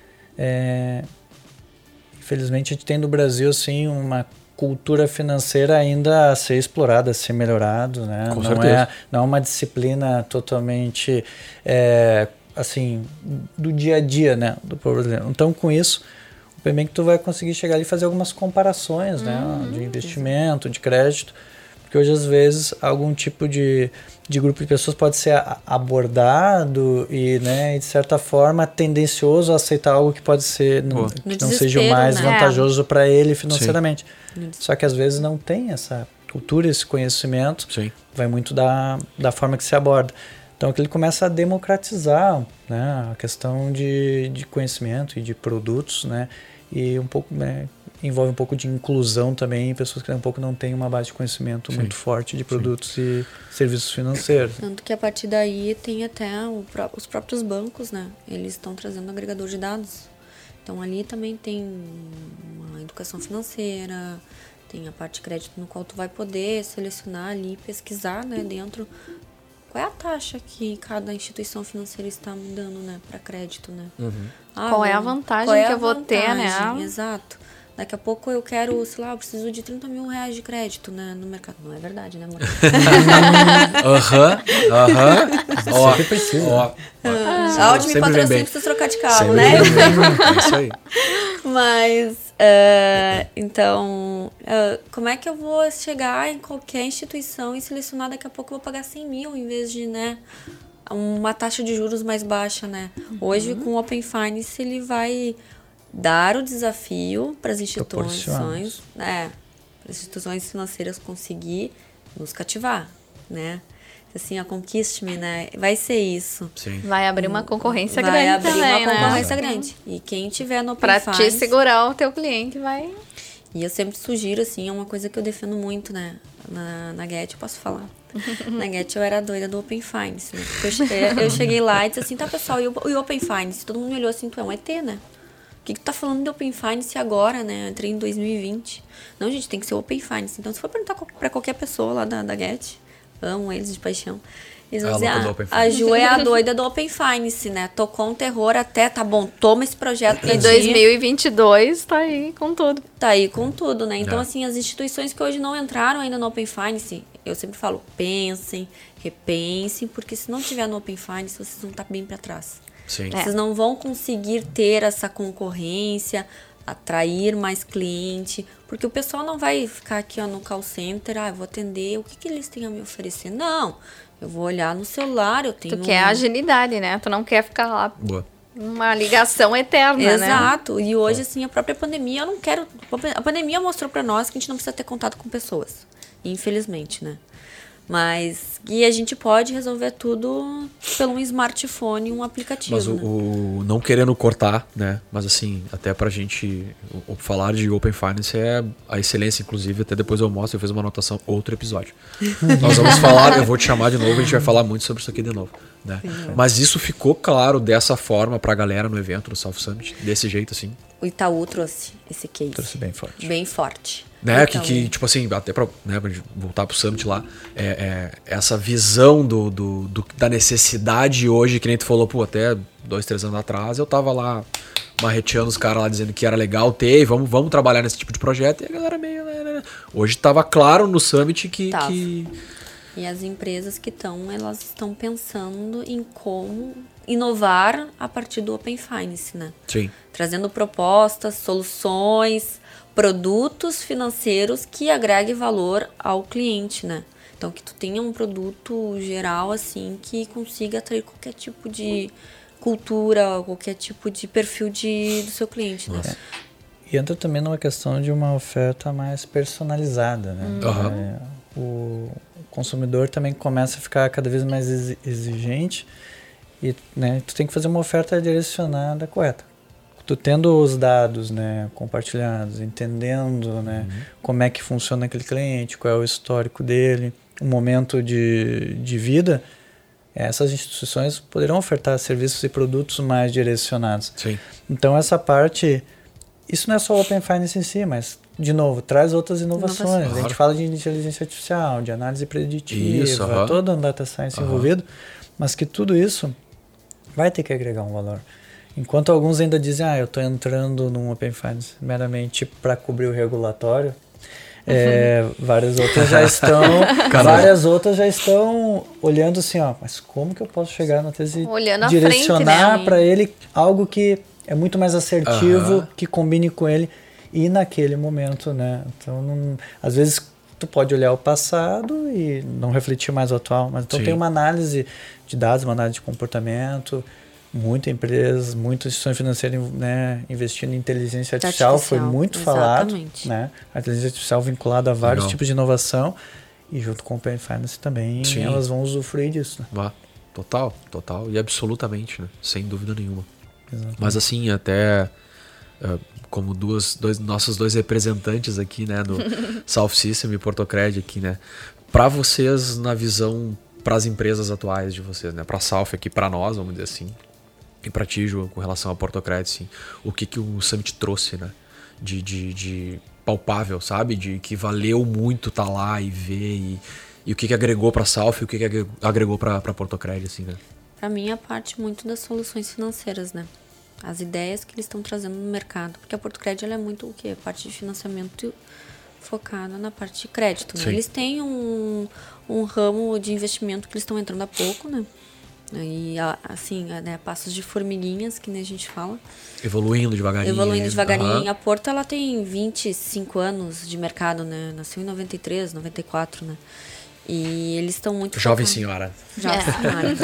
Infelizmente, a gente tem no Brasil, assim, uma cultura financeira ainda a ser explorada, a ser melhorado, né? Com certeza. Não é uma disciplina totalmente, assim, do dia a dia, né? Do povo brasileiro. Então, com isso, o Paybank tu vai conseguir chegar ali e fazer algumas comparações, né? De investimento, de crédito, porque hoje, às vezes, algum tipo de grupo de pessoas pode ser abordado e, né, de certa forma, tendencioso a aceitar algo que pode ser, que não seja o mais vantajoso para ele financeiramente. Sim. Só que às vezes não tem essa cultura, esse conhecimento. Sim. Vai muito da forma que se aborda. Então aqui ele começa a democratizar, né, a questão de conhecimento e de produtos, né, e um pouco, né, envolve um pouco de inclusão também em pessoas que um pouco não têm uma base de conhecimento muito forte de produtos e serviços financeiros. Tanto que a partir daí tem até os próprios bancos, né, eles estão trazendo agregador de dados. Então, ali também tem uma educação financeira, tem a parte de crédito no qual tu vai poder selecionar ali, pesquisar, né, dentro qual é a taxa que cada instituição financeira está me dando, né, para crédito, né? Qual é a vantagem que eu vou ter, né? Exato. Daqui a pouco eu quero, sei lá, eu preciso de 30 mil reais de crédito, né, no mercado. Não é verdade, né, amor? Sempre precisa. A Audi me patrocina, precisa trocar de carro, né? É isso aí. Mas, então, como é que eu vou chegar em qualquer instituição e selecionar, daqui a pouco eu vou pagar 100 mil em vez de, né, uma taxa de juros mais baixa, né? Hoje, com o Open Finance, ele vai dar o desafio para as instituições, para as instituições financeiras conseguir nos cativar, né? Assim, a Conquiste-me, né? Vai ser isso. Sim. Vai abrir uma concorrência vai grande abrir também, uma concorrência grande. E quem tiver no Open pra Finance... te segurar o teu cliente, vai... E eu sempre sugiro, assim, é uma coisa que eu defendo muito, né? Na Get, eu posso falar. Na Get eu era doida do Open Finance, né? Eu cheguei lá e disse assim, tá, pessoal, e o Open Finance? Todo mundo me olhou assim, tu é um ET, né? O que tu tá falando de Open Finance agora, né? Eu entrei em 2020. Não, gente, tem que ser Open Finance. Então, se for perguntar pra qualquer pessoa lá da Get, amo eles de paixão, Eles vão dizer, a Ju é a doida do Open Finance, né? Tocou um terror até, tá bom, toma esse projeto pra Em 2022 tá aí com tudo. Tá aí com tudo, né? Então, assim, as instituições que hoje não entraram ainda no Open Finance, eu sempre falo, pensem, repensem, porque se não tiver no Open Finance, vocês vão estar bem para trás. Sim. Vocês não vão conseguir ter essa concorrência, atrair mais cliente, porque o pessoal não vai ficar aqui no call center, eu vou atender, o que eles têm a me oferecer? Não, eu vou olhar no celular, eu tenho... Tu quer agilidade, né? Tu não quer ficar lá... Boa. Uma ligação eterna, né? Exato. E hoje, assim, a própria pandemia, eu não quero... A pandemia mostrou pra nós que a gente não precisa ter contato com pessoas. Infelizmente, né? Mas... E a gente pode resolver tudo pelo smartphone, um aplicativo, Mas o não querendo cortar, né? Mas assim, até pra gente falar de Open Finance é a excelência, inclusive, até depois eu mostro, eu fiz uma anotação, outro episódio. Nós vamos falar, eu vou te chamar de novo, a gente vai falar muito sobre isso aqui de novo, né? Mas isso ficou claro dessa forma pra galera no evento do South Summit, desse jeito assim. O Itaú trouxe esse case. Trouxe bem forte. Bem forte. Né, que tipo assim, até pra gente voltar pro Summit lá, essa visão da necessidade hoje, que nem tu falou, até 2-3 anos atrás, eu tava lá marreteando os caras lá, dizendo que era legal ter, e vamos trabalhar nesse tipo de projeto, e a galera meio... Hoje tava claro no Summit que... E as empresas que elas estão pensando em como inovar a partir do Open Finance, né? Sim. Trazendo propostas, soluções, produtos financeiros que agreguem valor ao cliente, né? Então, que tu tenha um produto geral, assim, que consiga atrair qualquer tipo de cultura, qualquer tipo de perfil do seu cliente, né? E entra também numa questão de uma oferta mais personalizada, né? O consumidor também começa a ficar cada vez mais exigente e, né, tu tem que fazer uma oferta direcionada correta. Tu tendo os dados, né, compartilhados, entendendo, né, como é que funciona aquele cliente, qual é o histórico dele, o momento de vida, essas instituições poderão ofertar serviços e produtos mais direcionados. Sim. Então essa parte, isso não é só o Open Finance em si, mas, de novo, traz outras inovações. A gente fala de inteligência artificial, de análise preditiva, todo um data science envolvido, mas que tudo isso vai ter que agregar um valor. Enquanto alguns ainda dizem, eu estou entrando num Open Finance meramente para cobrir o regulatório, várias outras já estão olhando assim, mas como que eu posso chegar na tese olhando direcionar para ele algo que é muito mais assertivo, que combine com ele e naquele momento, né? Então, às vezes tu pode olhar o passado e não refletir mais o atual, mas então tem uma análise de dados, uma análise de comportamento. Muitas empresas, muitas instituições financeiras, né, investindo em inteligência artificial, foi muito falado, né? A inteligência artificial vinculada a vários tipos de inovação e junto com o Open Finance também elas vão usufruir disso. Né? Total e absolutamente, né? Sem dúvida nenhuma. Exatamente. Mas assim, até como nossos dois representantes aqui, né, do South System e Portocred aqui, né, para vocês na visão para as empresas atuais de vocês, né, para a South aqui, para nós, vamos dizer assim. E para ti, Ju, com relação ao Portocred, sim, o que o Summit trouxe, né? De palpável, sabe? De que valeu muito estar lá e ver, e o que agregou para a South e o que agregou para Portocred, assim, né? Para mim, a parte muito das soluções financeiras, né? As ideias que eles estão trazendo no mercado. Porque a Portocred, ela é muito o quê? A parte de financiamento focada na parte de crédito, né? Eles têm um ramo de investimento que eles estão entrando há pouco, né? E assim, né, passos de formiguinhas, que nem a gente fala. Evoluindo devagarinho. A Porto, ela tem 25 anos de mercado, né? Nasceu em 93, 94, né? E eles estão muito... Jovem senhora. Senhora.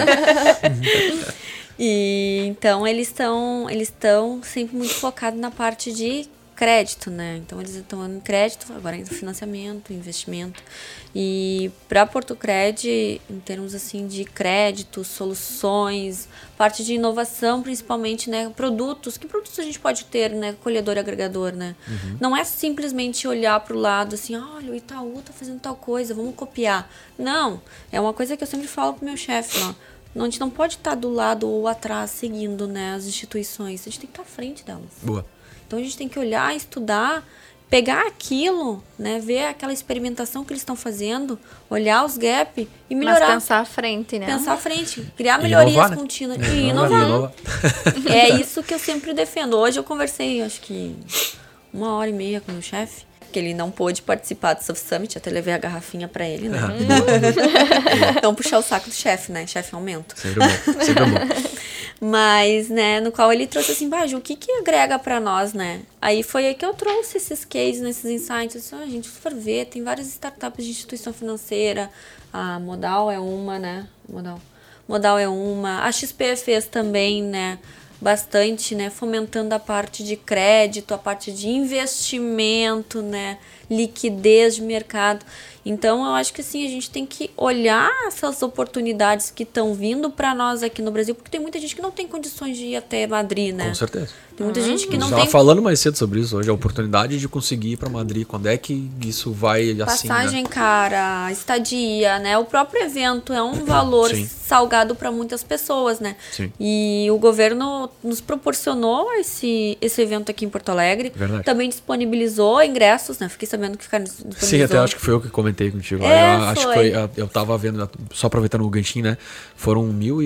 E então eles estão sempre muito focados na parte de crédito, né? Então eles estão em crédito, agora em financiamento, investimento. E para Portocred, em termos assim de crédito, soluções, parte de inovação, principalmente, né, produtos. Que produtos a gente pode ter, né, colhedor e agregador, né? Não é simplesmente olhar para o lado assim, olha, o Itaú tá fazendo tal coisa, vamos copiar. Não, é uma coisa que eu sempre falo pro meu chefe, ó. A gente não pode estar do lado ou atrás seguindo, né, as instituições. A gente tem que estar à frente delas. Boa. Então a gente tem que olhar, estudar pegar aquilo, né, ver aquela experimentação que eles estão fazendo, olhar os gaps e melhorar. Mas pensar à frente, né? Pensar à frente, criar melhorias inovar, né? contínuas e inovar. É isso que eu sempre defendo. Hoje eu conversei, acho que 1h30 com o meu chefe, que ele não pôde participar do Surf Summit, até levei a garrafinha pra ele, né? Então puxar o saco do chefe, né? Chefe aumento. Sempre bom, sempre bom. Mas, né, no qual ele trouxe assim, Baju, o que agrega pra nós, né? Aí foi aí que eu trouxe esses cases, esses insights. Assim, gente, se for ver, tem várias startups de instituição financeira. A Modal é uma, né? Modal é uma. A XP fez também, né? Bastante, né? Fomentando a parte de crédito, a parte de investimento, né? Liquidez de mercado. Então, eu acho que assim, a gente tem que olhar essas oportunidades que estão vindo para nós aqui no Brasil, porque tem muita gente que não tem condições de ir até Madrid, né? Com certeza. Tem muita gente que não tem... Estava falando mais cedo sobre isso hoje, a oportunidade de conseguir ir para Madrid. Quando é que isso vai assim, passagem, né? cara, estadia, né? O próprio evento é um valor salgado para muitas pessoas, né? Sim. E o governo nos proporcionou esse evento aqui em Porto Alegre. Verdade. Também disponibilizou ingressos, né? Fiquei sabendo que ficaram disponibilizados. Sim, até acho que foi eu que comentei contigo. Acho que foi. Eu tava vendo, só aproveitando o ganchinho, né? Foram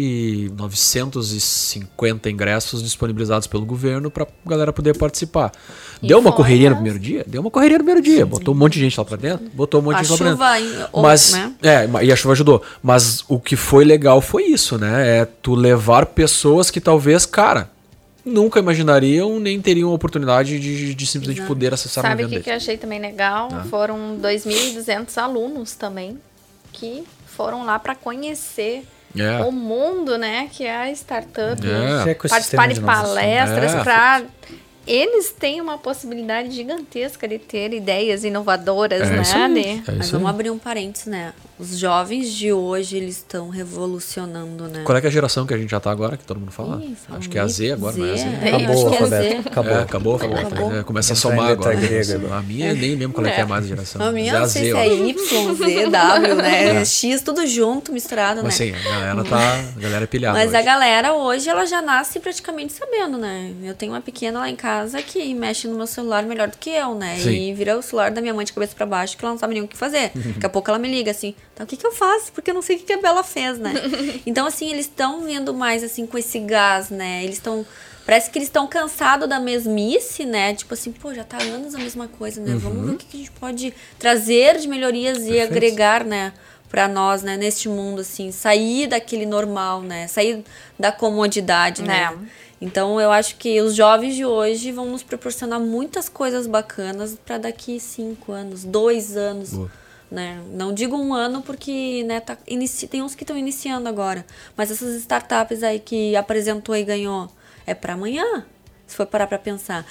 1.950 ingressos disponibilizados pelo governo pra galera poder participar. Deu uma correria no primeiro dia? Deu uma correria no primeiro dia. Botou um monte de gente lá pra dentro? Botou um monte de gente lá pra dentro. Mas, né? E a chuva ajudou. Mas o que foi legal foi isso, né? É tu levar pessoas que talvez, cara, nunca imaginariam, nem teriam a oportunidade de simplesmente poder acessar um evento. Sabe o que eu achei também legal? Foram 2.200 alunos também que foram lá para conhecer o mundo, né? Que é a startup. Participar de palestras para... Eles têm uma possibilidade gigantesca de ter ideias inovadoras, né? Mas vamos abrir um parênteses, né? Os jovens de hoje, eles estão revolucionando, né? Qual é que é a geração que a gente já tá agora, que todo mundo fala? Acho que é a Z agora, não é a Z? Acabou o alfabeto. Acabou. Começa a somar agora. A minha nem mesmo qual é que é mais a geração. A minha não sei se é Y, Z, W, né? X, tudo junto, misturado, mas, né? Mas sim, a galera é pilhada. Mas hoje. a galera hoje, ela já nasce praticamente sabendo, né? Eu tenho uma pequena lá em casa que mexe no meu celular melhor do que eu, né? Sim. E vira o celular da minha mãe de cabeça pra baixo, que ela não sabe nem o que fazer. Daqui a pouco ela me liga assim, então o que eu faço? Porque eu não sei o que a Bela fez, né? Então, assim, eles estão vindo mais, assim, com esse gás, né? Eles estão... Parece que eles estão cansados da mesmice, né? Tipo assim, pô, já tá há anos a mesma coisa, né? Vamos ver o que a gente pode trazer de melhorias e agregar, né? Pra nós, né? Neste mundo, assim. Sair daquele normal, né? Sair da comodidade, né? Então, eu acho que os jovens de hoje vão nos proporcionar muitas coisas bacanas para daqui 5 anos, 2 anos, né? Não digo 1 ano porque, né, tem uns que estão iniciando agora, mas essas startups aí que apresentou e ganhou, é para amanhã, se for parar para pensar.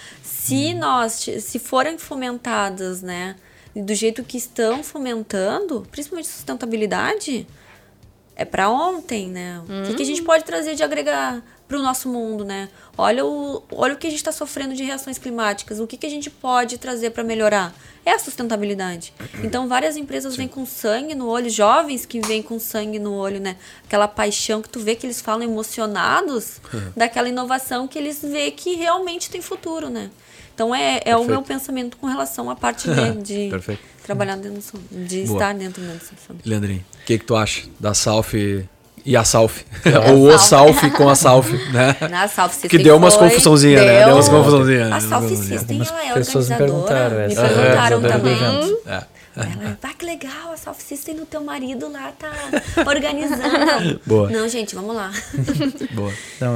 Se forem fomentadas, né, do jeito que estão fomentando, principalmente sustentabilidade, é para ontem, né? O que a gente pode trazer de agregar para o nosso mundo, né? Olha o que a gente está sofrendo de reações climáticas. O que a gente pode trazer para melhorar? É a sustentabilidade. Então, várias empresas vêm com sangue no olho, jovens que vêm com sangue no olho, né? Aquela paixão que tu vê que eles falam emocionados daquela inovação que eles vê que realmente tem futuro, né? Então, é o meu pensamento com relação à parte de trabalhar dentro de estar dentro dessa família. Leandrinho, o que tu acha da Salf e a Salf? Ou o Salf com a Salf, né? Na Salf System que deu umas confusãozinhas, né? Deu umas confusãozinha. A Salf System, ela é pessoas organizadora. Me perguntaram também. Ela, que legal, a Salf System do teu marido lá tá organizando. Boa. Não, gente, vamos lá. Boa. Não,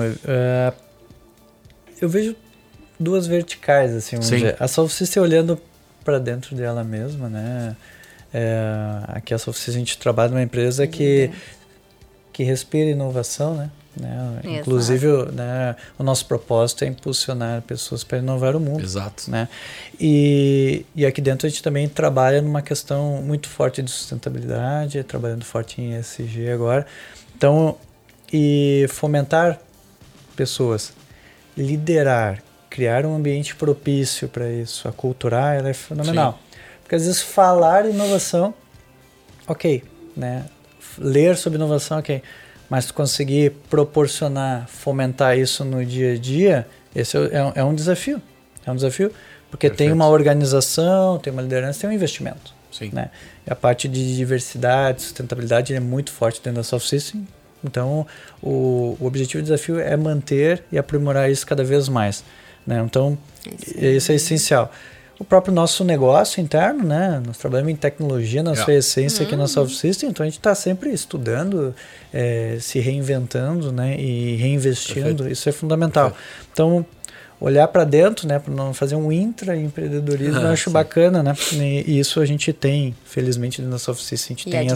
eu vejo 2 verticais, assim, vamos dizer. A Salf System olhando para dentro dela mesma, né? Aqui a Salf System a gente trabalha numa empresa que respira inovação, né? Inclusive, né, o nosso propósito é impulsionar pessoas para inovar o mundo. Exato. Né? E aqui dentro a gente também trabalha numa questão muito forte de sustentabilidade, trabalhando forte em ESG agora. Então, e fomentar pessoas, liderar, criar um ambiente propício para isso, aculturar, ela é fenomenal. Sim. Porque às vezes falar inovação, ok, né? Ler sobre inovação, ok, mas tu conseguir proporcionar, fomentar isso no dia a dia, esse é um desafio. É um desafio Porque tem uma organização, tem uma liderança, tem um investimento. Sim. Né? E a parte de diversidade, sustentabilidade é muito forte dentro da Soft System. Então, o objetivo e o desafio é manter e aprimorar isso cada vez mais. Né? Então, isso é essencial. O próprio nosso negócio interno, né? Nós trabalhamos em tecnologia na sua essência aqui na Soft System, então a gente está sempre estudando, se reinventando, né? E reinvestindo. Perfeito. Isso é fundamental. Perfeito. Então, olhar para dentro, né? Para não fazer um intraempreendedorismo, eu acho bacana, né? E isso a gente tem, felizmente, na Soft System, a gente tem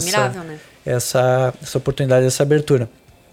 essa oportunidade, essa abertura.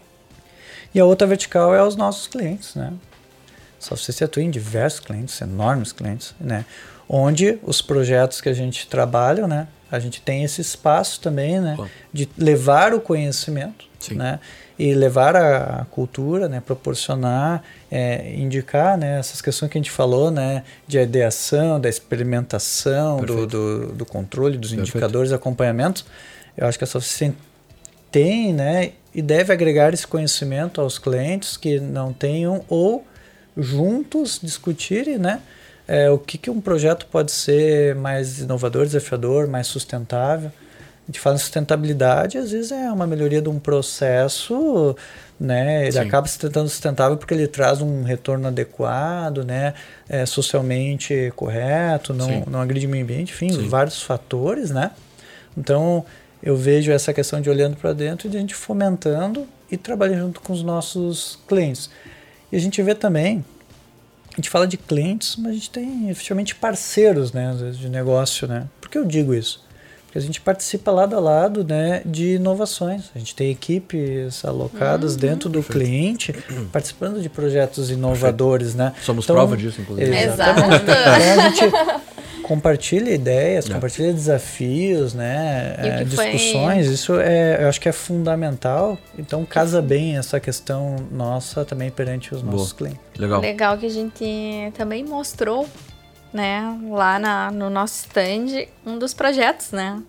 E a outra vertical é os nossos clientes, né? Soft System atua em diversos clientes, enormes clientes, né? Onde os projetos que a gente trabalha, né? A gente tem esse espaço também, né? De levar o conhecimento, né? E levar a cultura, né? Proporcionar, indicar, né? Essas questões que a gente falou, né? De ideação, da experimentação, do controle, dos indicadores, acompanhamento. Eu acho que a Soft System tem, né? E deve agregar esse conhecimento aos clientes que não tenham ou juntos discutirem, né? O que um projeto pode ser mais inovador, desafiador, mais sustentável. A gente fala em sustentabilidade, às vezes é uma melhoria de um processo, né? Ele acaba se tratando sustentável porque ele traz um retorno adequado, né? Socialmente correto, não agride o meio ambiente, enfim, vários fatores, né? Então, eu vejo essa questão de olhando para dentro e de a gente fomentando e trabalhando junto com os nossos clientes. E a gente vê também, a gente fala de clientes, mas a gente tem efetivamente parceiros, né, de negócio, né? Por que eu digo isso? Porque a gente participa lado a lado, né, de inovações. A gente tem equipes alocadas dentro do cliente, participando de projetos inovadores, né? Somos prova disso, inclusive. Exatamente. Então a gente compartilha ideias, compartilha desafios, né? Discussões. Isso eu acho que é fundamental. Então casa bem essa questão nossa também perante os nossos clientes. Legal que a gente também mostrou, né, lá no nosso stand, um dos projetos, né?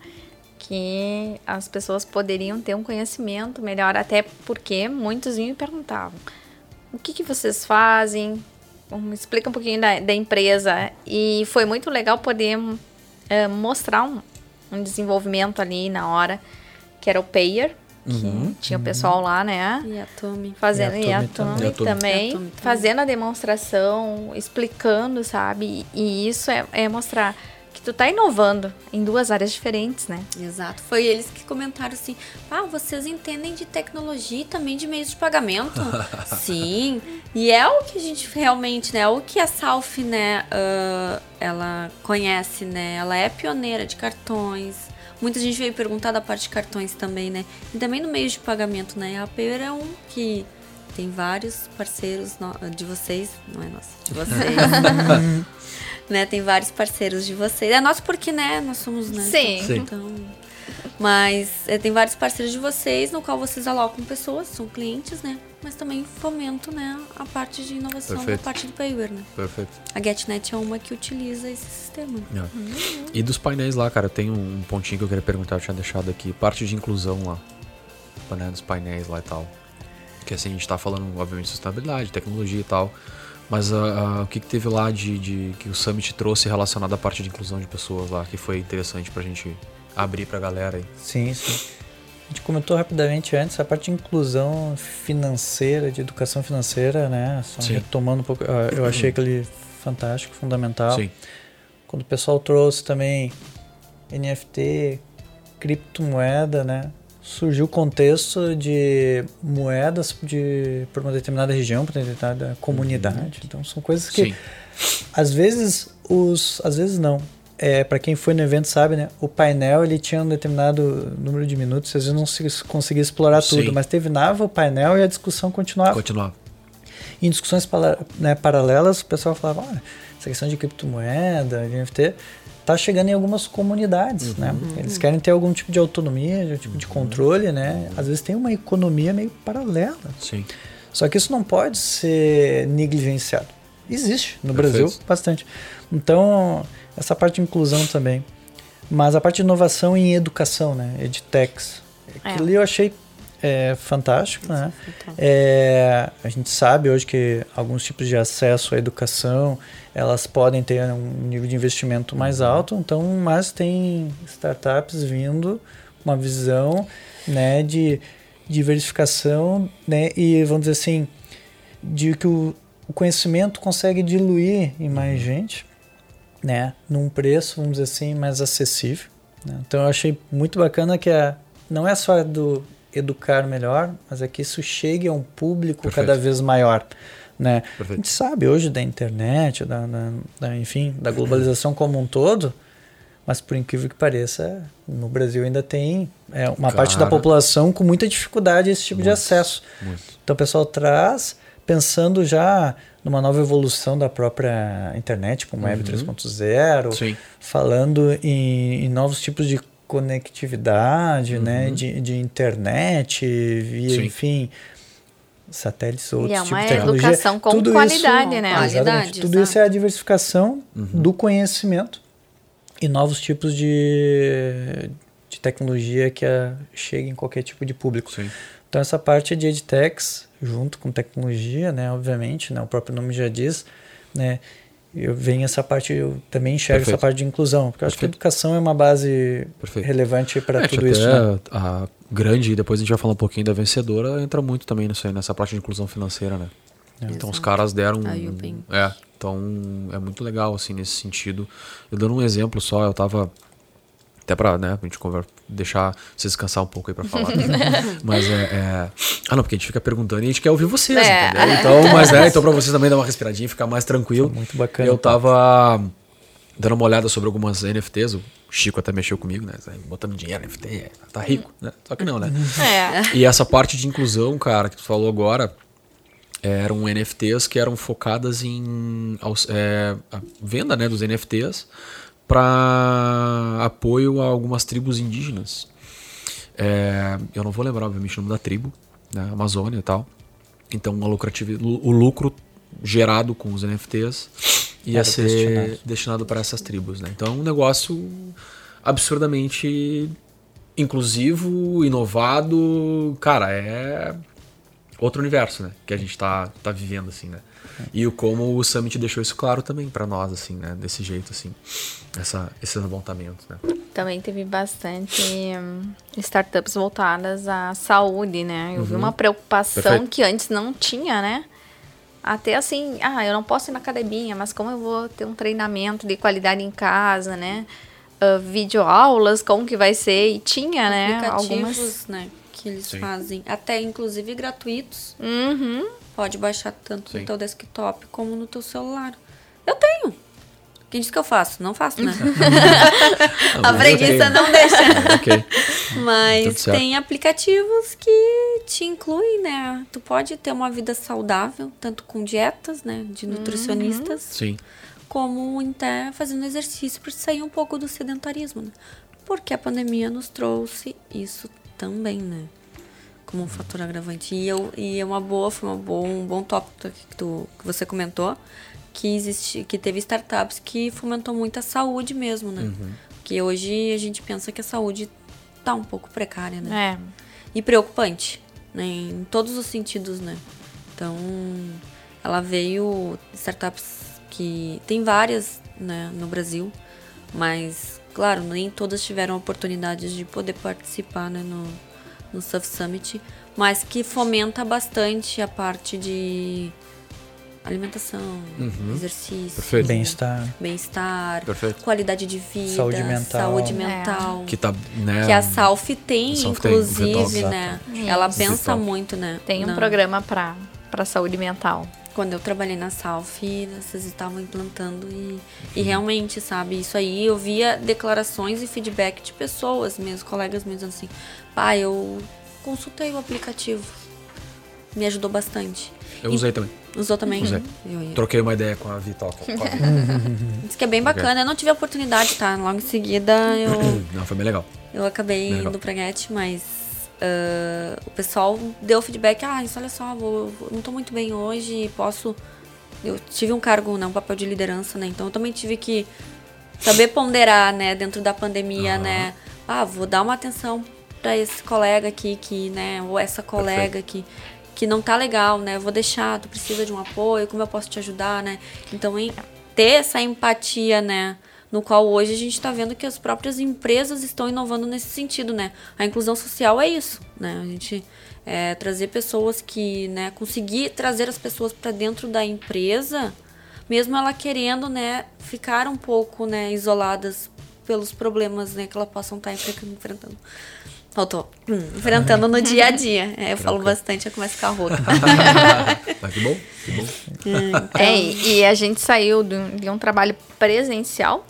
Que as pessoas poderiam ter um conhecimento melhor, até porque muitos me perguntavam: o que vocês fazem? Explica um pouquinho da empresa. E foi muito legal poder mostrar um desenvolvimento ali na hora, que era o Payer, que tinha o pessoal lá, né? E a Tumi. Fazendo, e a Tumi também, fazendo a demonstração, explicando, sabe? E isso é mostrar que tu tá inovando em duas áreas diferentes, né? Exato. Foi eles que comentaram assim: vocês entendem de tecnologia e também de meios de pagamento? Sim. E é o que a gente realmente, né? O que a Salf, né? Ela conhece, né? Ela é pioneira de cartões. Muita gente veio perguntar da parte de cartões também, né? E também no meio de pagamento, né? A Payer é um que tem vários parceiros de vocês. Não é nossa, de vocês. Né, tem vários parceiros de vocês. É nosso porque, né, nós somos, né? Sim. Então, mas tem vários parceiros de vocês, no qual vocês alocam pessoas, são clientes, né? Mas também fomento, né, a parte de inovação, a parte do Payer, né? Perfeito. A GetNet é uma que utiliza esse sistema. E dos painéis lá, cara, tem um pontinho que eu queria perguntar, eu tinha deixado aqui. Parte de inclusão lá, né, dos painéis lá e tal. Que assim, a gente tá falando, obviamente, de sustentabilidade, tecnologia e tal. Mas o que teve lá que o Summit trouxe relacionado à parte de inclusão de pessoas lá, que foi interessante pra gente abrir pra galera aí? Sim. A gente comentou rapidamente antes a parte de inclusão financeira, de educação financeira, né? Só retomando um pouco, eu achei aquele fantástico, fundamental. Sim. Quando o pessoal trouxe também NFT, criptomoeda, né? Surgiu o contexto de moedas por uma determinada região, por uma determinada comunidade. Então são coisas que às vezes não. Para quem foi no evento sabe, né? O painel ele tinha um determinado número de minutos, às vezes não se conseguia explorar tudo, mas terminava o painel e a discussão continuava. Em discussões paralelas, o pessoal falava: essa questão de criptomoeda, de NFT, está chegando em algumas comunidades, né? Eles querem ter algum tipo de autonomia, de tipo de controle, né? Às vezes tem uma economia meio paralela. Sim. Só que isso não pode ser negligenciado. Existe no Brasil bastante. Então, essa parte de inclusão também. Mas a parte de inovação em educação, né? EdTechs. Aquilo eu achei é fantástico, né? A gente sabe hoje que alguns tipos de acesso à educação, elas podem ter um nível de investimento mais alto, então, mas tem startups vindo uma visão, né, de diversificação, né, e vamos dizer assim, de que o conhecimento consegue diluir em mais gente, né, num preço, vamos dizer assim, mais acessível, né? Então eu achei muito bacana que não é só do educar melhor, mas é que isso chegue a um público cada vez maior, né? A gente sabe hoje da internet, enfim, da globalização como um todo, mas por incrível que pareça, no Brasil ainda tem uma parte da população com muita dificuldade a esse tipo de acesso. Então o pessoal traz, pensando já numa nova evolução da própria internet, como Web 3.0, falando em novos tipos de conectividade, né, de internet, via, enfim, satélites ou outros tipos de tecnologia. É uma educação com tudo qualidade, isso, né? Qualidade, tudo isso é a diversificação do conhecimento e novos tipos de tecnologia que chega em qualquer tipo de público. Então essa parte de edtechs, junto com tecnologia, né, obviamente, né, o próprio nome já diz, né, eu também enxergo essa parte de inclusão, porque eu acho que a educação é uma base relevante para tudo isso. Né? A grande, depois a gente vai falar um pouquinho da vencedora, entra muito também nessa parte de inclusão financeira, né? Então os caras deram... então é muito legal, assim, nesse sentido. Eu dando um exemplo só, eu tava... Até pra, né, a gente deixar você descansar um pouco aí pra falar. Mas não, porque a gente fica perguntando e a gente quer ouvir vocês, entendeu? Então, então pra vocês também dar uma respiradinha e ficar mais tranquilo. Foi muito bacana. Eu tava dando uma olhada sobre algumas NFTs, o Chico até mexeu comigo, né? Botando dinheiro, NFT, tá rico, né? Só que não, né? E essa parte de inclusão, cara, que tu falou agora, eram NFTs que eram focadas em a venda, né, dos NFTs para apoio a algumas tribos indígenas. Eu não vou lembrar, obviamente, o nome da tribo, né, Amazônia e tal. Então, o lucro gerado com os NFTs ia ser destinado para essas tribos, né? Então, é um negócio absurdamente inclusivo, inovado. Cara, é outro universo, né, que a gente tá vivendo, assim, né? E como o Summit deixou isso claro também para nós, assim, né? Desse jeito, assim, esses apontamentos, né? Também teve bastante startups voltadas à saúde, né? Eu vi uma preocupação que antes não tinha, né? Até assim, eu não posso ir na academia, mas como eu vou ter um treinamento de qualidade em casa, né? Videoaulas, como que vai ser? E tinha, né? Aplicativos, né? Que eles fazem, até inclusive gratuitos. Pode baixar tanto no teu desktop como no teu celular. Eu tenho. Quem disse que eu faço? Não faço, né? A preguiça não deixa. Mas tem aplicativos que te incluem, né? Tu pode ter uma vida saudável, tanto com dietas, né? De nutricionistas. Como até fazendo exercício para sair um pouco do sedentarismo, né? Porque a pandemia nos trouxe isso também, né? Como um fator agravante. E é foi um bom tópico que você comentou, que teve startups que fomentou muito a saúde mesmo, né? Porque hoje a gente pensa que a saúde tá um pouco precária, né? E preocupante, né? Em todos os sentidos, né? Então, ela veio... Startups que... Tem várias, né, no Brasil, mas, claro, nem todas tiveram oportunidades de poder participar, né, no Surf Summit, mas que fomenta bastante a parte de alimentação, exercício, bem-estar, qualidade de vida, saúde mental. Que tá, né, que a Salf tem, inclusive, né? Ela pensa muito, né? Tem um programa para saúde mental. Quando eu trabalhei na Salf, vocês estavam implantando e realmente, sabe, isso aí eu via declarações e feedback de pessoas, meus colegas mesmo assim, eu consultei o aplicativo, me ajudou bastante. Eu usei também. Usou também? Usei. Troquei uma ideia com a Vitória. Diz que é bem bacana, eu não tive a oportunidade, tá? Logo em seguida eu... Não, foi bem legal. Eu acabei indo pra Get, mas... o pessoal deu feedback, isso, olha só, não tô muito bem hoje, eu tive um cargo, né, um papel de liderança, né, então eu também tive que saber ponderar, né, dentro da pandemia, né, vou dar uma atenção para esse colega aqui que, né, ou essa colega que não tá legal, né? Eu vou deixar, tu precisa de um apoio, como eu posso te ajudar, né? Então, ter essa empatia, né? No qual hoje a gente está vendo que as próprias empresas estão inovando nesse sentido, né? A inclusão social é isso, né? A gente trazer pessoas que, né? Conseguir trazer as pessoas para dentro da empresa, mesmo ela querendo, né? Ficar um pouco, né? Isoladas pelos problemas, né? Que elas possam estar enfrentando. Enfrentando no dia a dia. Eu falo bastante, eu começo a ficar rouca. Que bom, que bom. Então... e a gente saiu de um trabalho presencial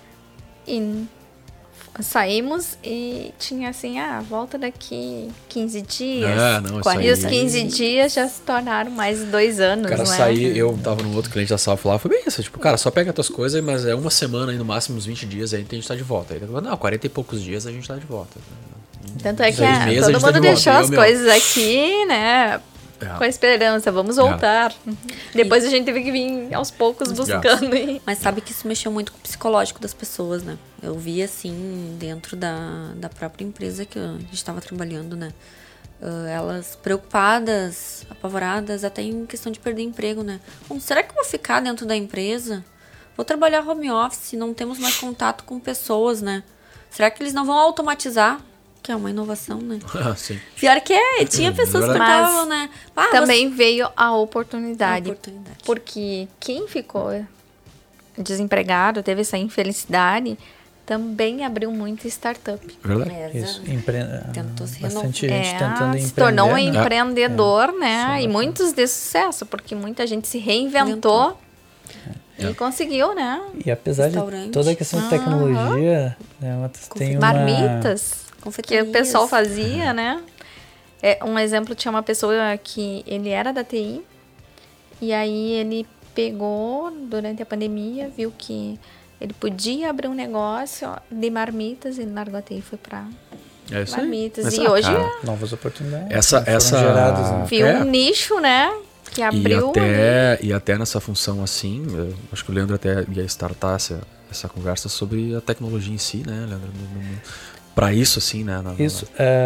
e saímos e tinha assim, volta daqui 15 dias. E os 15 dias já se tornaram mais 2 anos, cara, né? saí, eu tava num outro cliente da Salf lá, foi bem isso, tipo, cara, só pega as tuas coisas, mas é uma semana aí, no máximo uns 20 dias, aí a gente tá de volta. Aí, não, 40 e poucos dias a gente tá de volta. Tanto é que todo mundo deixou as coisas aqui, né? Com a esperança, vamos voltar. Depois a gente teve que vir aos poucos buscando. Mas sabe que isso mexeu muito com o psicológico das pessoas, né? Eu vi assim, dentro da própria empresa que a gente estava trabalhando, né? Elas preocupadas, apavoradas, até em questão de perder emprego, né? Bom, será que eu vou ficar dentro da empresa? Vou trabalhar home office, não temos mais contato com pessoas, né? Será que eles não vão automatizar? Que é uma inovação, né? Sim. Pior que tinha pessoas que estavam, né? Também veio a oportunidade. Porque quem ficou desempregado, teve essa infelicidade, também abriu muita startup. Verdade. Isso. Tentou se Bastante gente tentando empreender. Se tornou um empreendedor, né? E muitos de sucesso, porque muita gente se reinventou. E conseguiu, né? E apesar de toda a questão de tecnologia, né, tem marmitas que o pessoal fazia, né? Um exemplo, tinha uma pessoa que ele era da TI e aí ele pegou, durante a pandemia, viu que ele podia abrir um negócio de marmitas, ele largou a TI e foi pra marmitas. E hoje... novas oportunidades. Essa geradas, né? Viu um nicho, né? Que abriu e até nessa função assim, acho que o Leandro até ia startar essa conversa sobre a tecnologia em si, né, Leandro? Para isso, assim, né? Isso.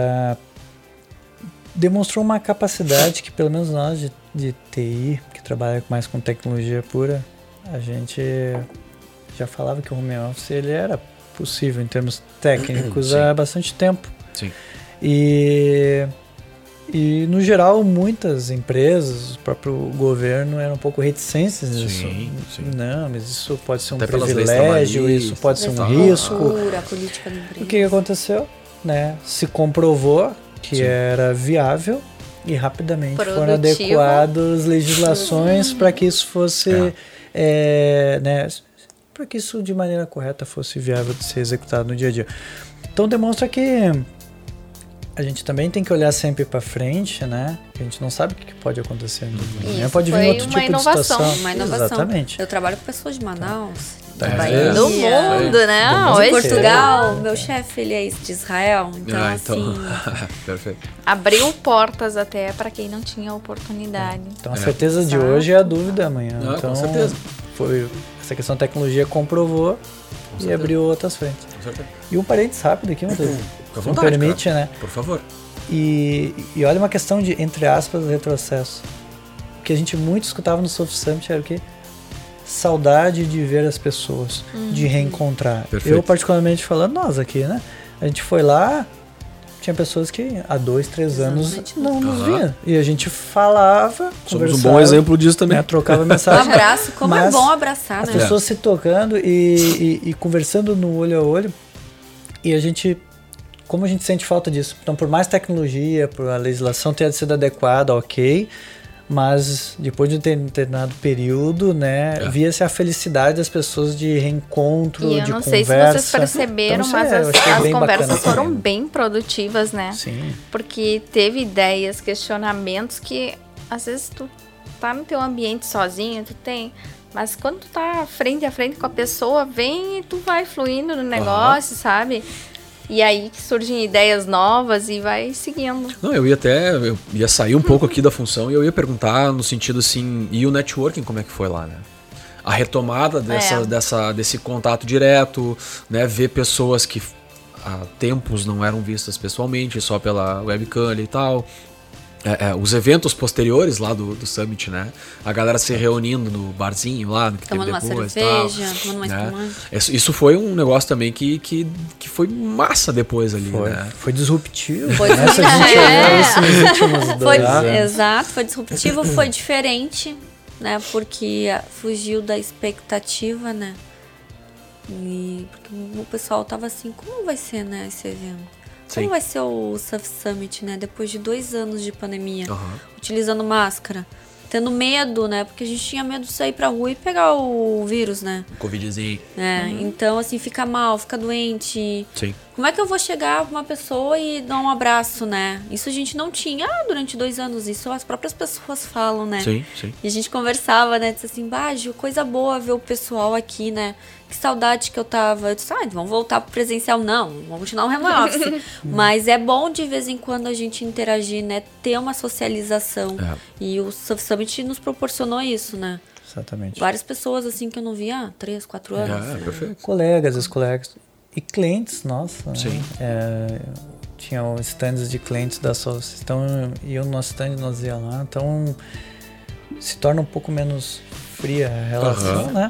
Demonstrou uma capacidade que, pelo menos nós de TI, que trabalha mais com tecnologia pura, a gente já falava que o home office ele era possível em termos técnicos há bastante tempo. Sim. E no geral, muitas empresas, o próprio governo eram um pouco reticentes nisso. Sim. Não, mas isso pode ser um até privilégio, isso pode ser um risco. A política da empresa. O que aconteceu? Né? Se comprovou que era viável e rapidamente foram adequadas legislações para que isso fosse... né, para que isso de maneira correta fosse viável de ser executado no dia a dia. Então demonstra que a gente também tem que olhar sempre para frente, né? A gente não sabe o que pode acontecer. Amanhã pode vir outro tipo de situação. Uma inovação. Exatamente. Eu trabalho com pessoas de Manaus, do mundo, né? Hoje Portugal, meu chefe ele é de Israel, então assim... Perfeito. Abriu portas até para quem não tinha oportunidade. Então a certeza de hoje é a dúvida amanhã. Então, com certeza. Essa questão da tecnologia comprovou e abriu outras frentes. E um parênteses rápido aqui, Matheus. Se me permite, cara. Né? Por favor. E olha uma questão de, entre aspas, retrocesso. O que a gente muito escutava no Soft Summit era o quê? Saudade de ver as pessoas, de reencontrar. Perfeito. Eu, particularmente falando, nós aqui, né? A gente foi lá, tinha pessoas que há 2, 3 anos não nos via. E a gente falava, somos um bom exemplo disso também. Né? Trocava mensagem. Um abraço, como é bom abraçar, as né? As pessoas se tocando e conversando no olho a olho. E a gente... Como a gente sente falta disso? Então, por mais tecnologia, por a legislação ter sido adequada, ok, mas depois de um determinado período, né, via-se a felicidade das pessoas de reencontro, de conversa. E eu não sei se vocês perceberam, então, mas as conversas foram bem produtivas, né? Sim. Porque teve ideias, questionamentos que, às vezes, tu tá no teu ambiente sozinho, tu tem... Mas quando tu tá frente a frente com a pessoa, vem e tu vai fluindo no negócio, sabe? E aí que surgem ideias novas e vai seguindo. Não, eu ia sair um pouco aqui da função e eu ia perguntar no sentido assim, e o networking como é que foi lá, né? A retomada desse contato direto, né? Ver pessoas que há tempos não eram vistas pessoalmente, só pela webcam ali e tal. Os eventos posteriores lá do Summit, né? A galera se reunindo no barzinho lá, no que tomando teve depois, uma cerveja, tomando uma espumante. Isso foi um negócio também que foi massa depois ali, né? Foi disruptivo. Foi Exato, foi disruptivo, foi diferente, né? Porque fugiu da expectativa, né? E porque o pessoal tava assim, como vai ser, né, esse evento? Como vai ser o Surf Summit, né? Depois de 2 anos de pandemia, utilizando máscara, tendo medo, né? Porque a gente tinha medo de sair pra rua e pegar o vírus, né? O Covidzinho. Então, assim, fica mal, fica doente. Sim. Como é que eu vou chegar pra uma pessoa e dar um abraço, né? Isso a gente não tinha durante 2 anos. Isso as próprias pessoas falam, né? Sim. E a gente conversava, né? Disse assim, Gil, coisa boa ver o pessoal aqui, né? Que saudade que eu tava. Eu disse, vamos voltar pro presencial. Não, vamos continuar o home office. Mas é bom de vez em quando a gente interagir, né? Ter uma socialização. E o Surf Summit nos proporcionou isso, né? Exatamente. Várias pessoas, assim, que eu não via há 3, 4 anos. Perfeito. Colegas, ex-colegas. E clientes, nossa. Sim. Tinham stands de clientes da Solstice. Então, iam no nosso stand, nós íamos lá. Então, se torna um pouco menos fria a relação, né?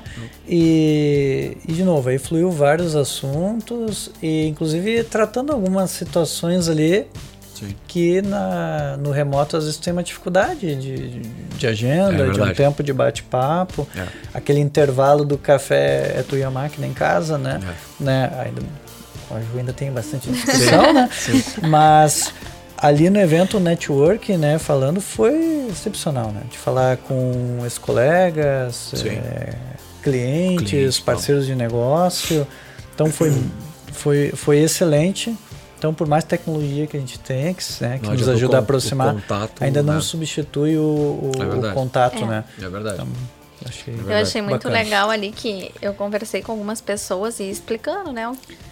E, de novo, aí fluiu vários assuntos e, inclusive, tratando algumas situações ali que no remoto, às vezes, tem uma dificuldade de agenda, de um tempo de bate-papo. Aquele intervalo do café tu e a máquina em casa, né? Ainda tem bastante discussão, né? Mas ali no evento, o network, né, falando, foi excepcional, né? De falar com ex-colegas, clientes, parceiros de negócio. Então foi excelente. Então, por mais tecnologia que a gente tem, que nos ajuda a aproximar, contato, ainda não substitui o contato, né? É verdade. Então, eu achei muito legal ali que eu conversei com algumas pessoas e explicando, né,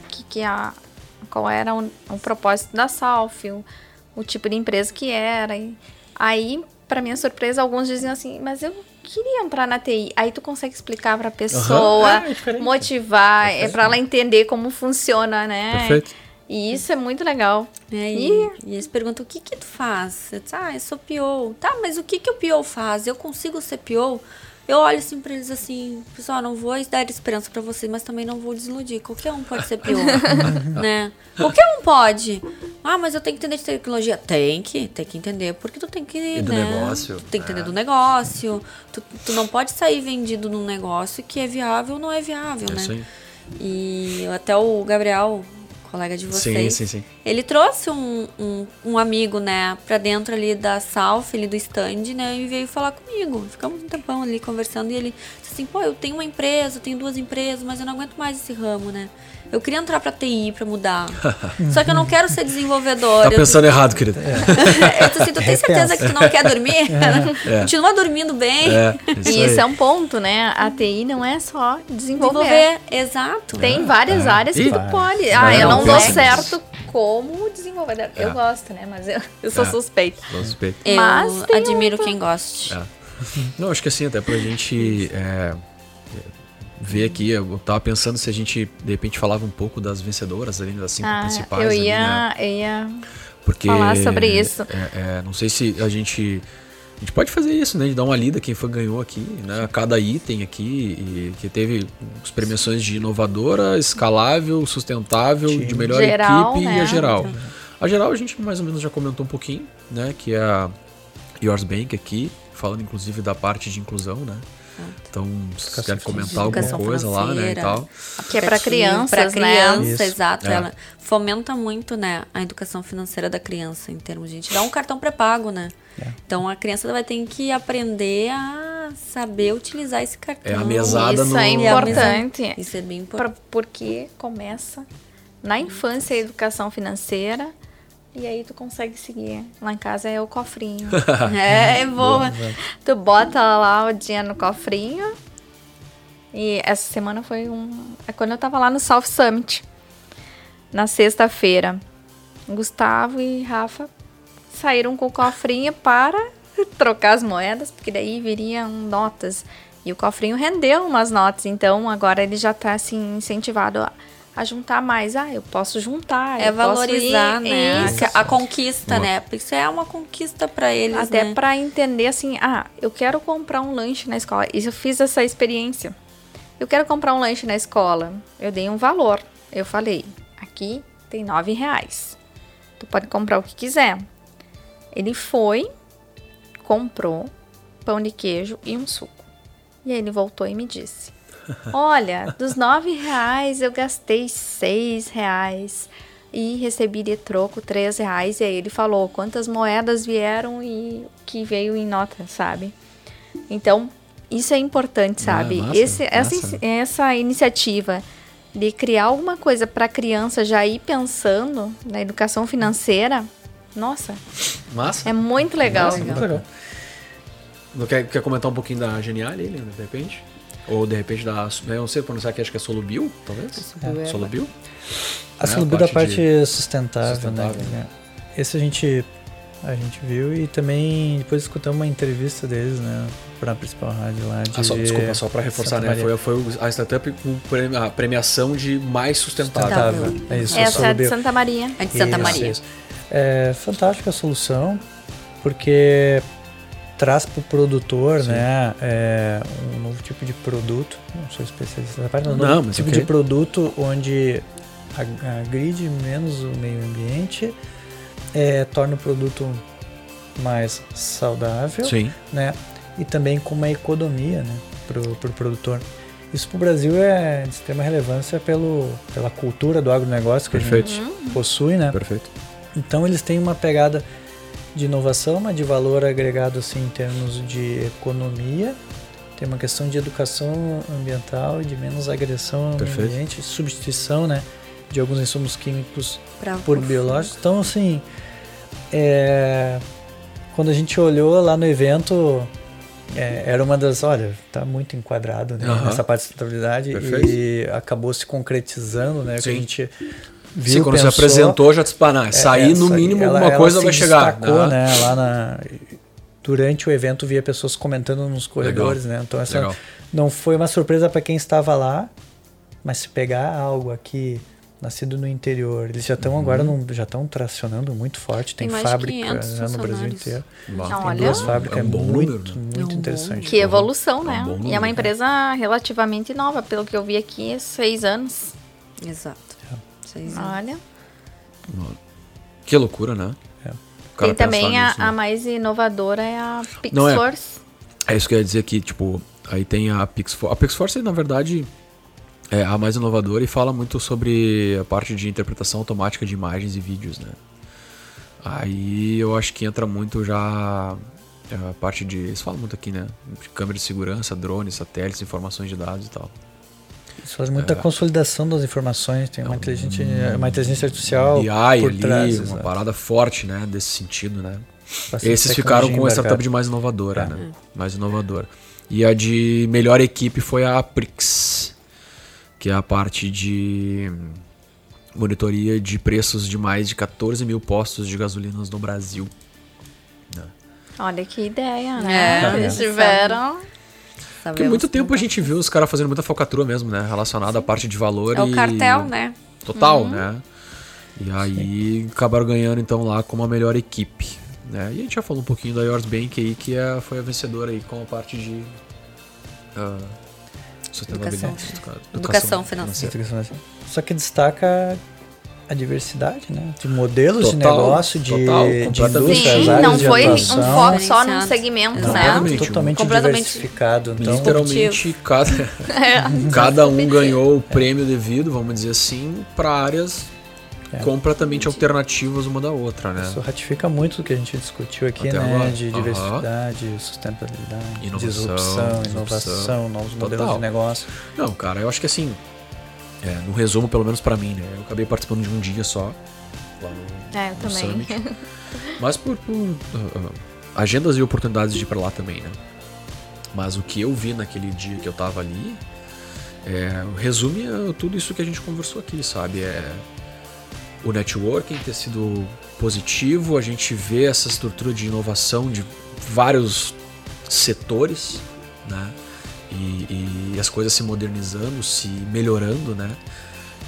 qual era o propósito da Salf, o tipo de empresa que era. E aí, para minha surpresa, alguns diziam assim, mas eu queria entrar na TI. Aí tu consegue explicar para a pessoa, motivar, para ela entender como funciona, né? Perfeito. E isso é muito legal. E eles perguntam, o que tu faz? Eu disse, eu sou PO. Tá, mas o que o PO faz? Eu consigo ser PO? Eu olho assim pra eles assim, pessoal, não vou dar esperança pra vocês, mas também não vou desiludir. Qualquer um pode ser PO, né? Qualquer um pode. Mas eu tenho que entender de tecnologia. Tem que entender, porque tu tem que, e do negócio. Tem que entender do negócio. Tu não pode sair vendido num negócio que é viável ou não é viável, né? Sim. E até o Gabriel, colega de vocês, sim. Ele trouxe um amigo, né, pra dentro ali da Salf, ali do stand, né, e veio falar comigo. Ficamos um tempão ali conversando e ele disse assim, eu tenho uma empresa, eu tenho 2 empresas, mas eu não aguento mais esse ramo, né. Eu queria entrar pra TI pra mudar. Só que eu não quero ser desenvolvedor. Tá pensando errado, querida. Eu disse assim, tu tem certeza que tu não quer dormir? Continua dormindo bem. Isso é um ponto, né? A TI não é só desenvolver. Exato. Tem várias áreas que tu pode. Eu não dou certo como desenvolvedor. Eu gosto, né? Mas eu sou suspeita. Eu mas admiro quem goste. Não, acho que assim, até pra gente ver aqui, eu tava pensando se a gente, de repente, falava um pouco das vencedoras ali, das 5 principais. Eu ia falar sobre isso. Não sei se a gente pode fazer isso, né? De dar uma lida quem ganhou aqui, né? Cada item aqui, e que teve as premiações de inovadora, escalável, sustentável, de melhor geral, equipe, né? E a geral. A geral a gente mais ou menos já comentou um pouquinho, né? Que é a Yours Bank aqui, falando inclusive da parte de inclusão, né? Então, se vocês querem comentar alguma coisa lá, né, e tal. Que é para crianças, pra criança, né? Exato. Ela fomenta muito, né, a educação financeira da criança, em termos de a gente dá um cartão pré-pago, né? Então, a criança vai ter que aprender a saber utilizar esse cartão. A mesada Isso é importante. Isso é bem importante. Porque começa na infância a educação financeira. E aí tu consegue seguir. Lá em casa é o cofrinho. É boa. Tu bota lá o dinheiro no cofrinho. E essa semana foi quando eu tava lá no South Summit. Na sexta-feira. Gustavo e Rafa saíram com o cofrinho para trocar as moedas. Porque daí viriam notas. E o cofrinho rendeu umas notas. Então agora ele já tá assim incentivado a juntar mais. Eu posso juntar. É valorizar, posso ir, né? isso. A conquista, né? Porque isso é uma conquista para eles, até né? para entender assim, eu quero comprar um lanche na escola. E eu fiz essa experiência. Eu quero comprar um lanche na escola. Eu dei um valor. Eu falei, aqui tem R$9. Tu pode comprar o que quiser. Ele foi, comprou pão de queijo e um suco. E aí ele voltou e me disse, olha, dos R$9 eu gastei R$6 e recebi de troco R$3. E aí ele falou quantas moedas vieram e que veio em nota, sabe? Então, isso é importante, sabe? Massa. Essa iniciativa de criar alguma coisa para a criança já ir pensando na educação financeira, nossa, Massa. é muito legal. Massa, muito legal. Quer comentar um pouquinho da Geniali, de repente? Ou de repente da... Eu não sei pronunciar aqui, acho que é Solubil, talvez? Solubil? A Solubil da parte sustentável, né? Esse a gente viu e também depois escutamos uma entrevista deles, né? Para a principal rádio lá de... Desculpa, só para reforçar, né? Foi a startup com a premiação de mais sustentável. É isso. Essa é de Santa Maria. É de Santa Maria. Isso. É fantástica a solução, porque traz para o produtor, né, um novo tipo de produto. Não sou especialista na parte, mas um novo tipo de produto onde agride menos o meio ambiente, torna o produto mais saudável, né, e também com uma economia, né, para o produtor. Isso para o Brasil é de extrema relevância pela cultura do agronegócio que a gente possui, né? Perfeito. Então eles têm uma pegada de inovação, mas de valor agregado assim, em termos de economia. Tem uma questão de educação ambiental e de menos agressão ao meio ambiente, substituição, né, de alguns insumos químicos por biológicos. Então, assim, quando a gente olhou lá no evento, era uma das... Olha, está muito enquadrado, né, nessa parte de sustentabilidade. Perfeito. E acabou se concretizando, né? Que a gente... Viu, quando você apresentou, já disse, sair no mínimo alguma coisa vai chegar. Destacou, né, lá durante o evento via pessoas comentando nos corredores, né? Então essa não foi uma surpresa para quem estava lá, mas se pegar algo aqui nascido no interior, eles já estão agora já estão tracionando muito forte, tem fábrica no Brasil inteiro. Tem 2 fábricas, é muito interessante. Que evolução, né? E é uma empresa relativamente nova, pelo que eu vi aqui, 6 anos. Exato. Olha. Que loucura, né? Tem também a mais inovadora, é a PixForce. É isso que eu ia dizer aqui, tipo, aí tem a PixForce. A PixForce, na verdade, é a mais inovadora e fala muito sobre a parte de interpretação automática de imagens e vídeos, né? Aí eu acho que entra muito já a parte de... Eles falam muito aqui, né? De câmera de segurança, drones, satélites, informações de dados e tal. Isso faz muita consolidação das informações, tem uma inteligência artificial BI por ali, trás. Uma parada forte, né, desse sentido, né. Esses ficaram com a startup de mais inovadora, né, mais inovadora. E a de melhor equipe foi a Prix, que é a parte de monitoria de preços de mais de 14 mil postos de gasolinas no Brasil. Olha que ideia, né? Eles tiveram... Porque muito tempo a gente viu os caras fazendo muita falcatrua mesmo, né? Relacionada à parte de valor. É o cartel, né? Total, né? E aí acabaram ganhando então lá como a melhor equipe, né? E a gente já falou um pouquinho da Yours Bank aí, que foi a vencedora aí com a parte de sustentabilidade. Educação financeira. Só que destaca a diversidade, né? De modelos de negócio, de indústrias, áreas não de foi atuação. Um foco só num segmento, né? Totalmente diversificado. Então, literalmente cada um ganhou o prêmio devido, vamos dizer assim, para áreas completamente alternativas uma da outra, né? Isso ratifica muito o que a gente discutiu aqui, até né? Agora. De diversidade, sustentabilidade, disrupção, inovação, novos modelos de negócio. Não, cara, eu acho que assim, no resumo, pelo menos pra mim, né? Eu acabei participando de um dia só lá eu também. Summit, mas por agendas e oportunidades de ir pra lá também, né? Mas o que eu vi naquele dia que eu tava ali resume tudo isso que a gente conversou aqui, sabe? O networking ter sido positivo, a gente vê essa estrutura de inovação de vários setores, né? E as coisas se modernizando, se melhorando, né?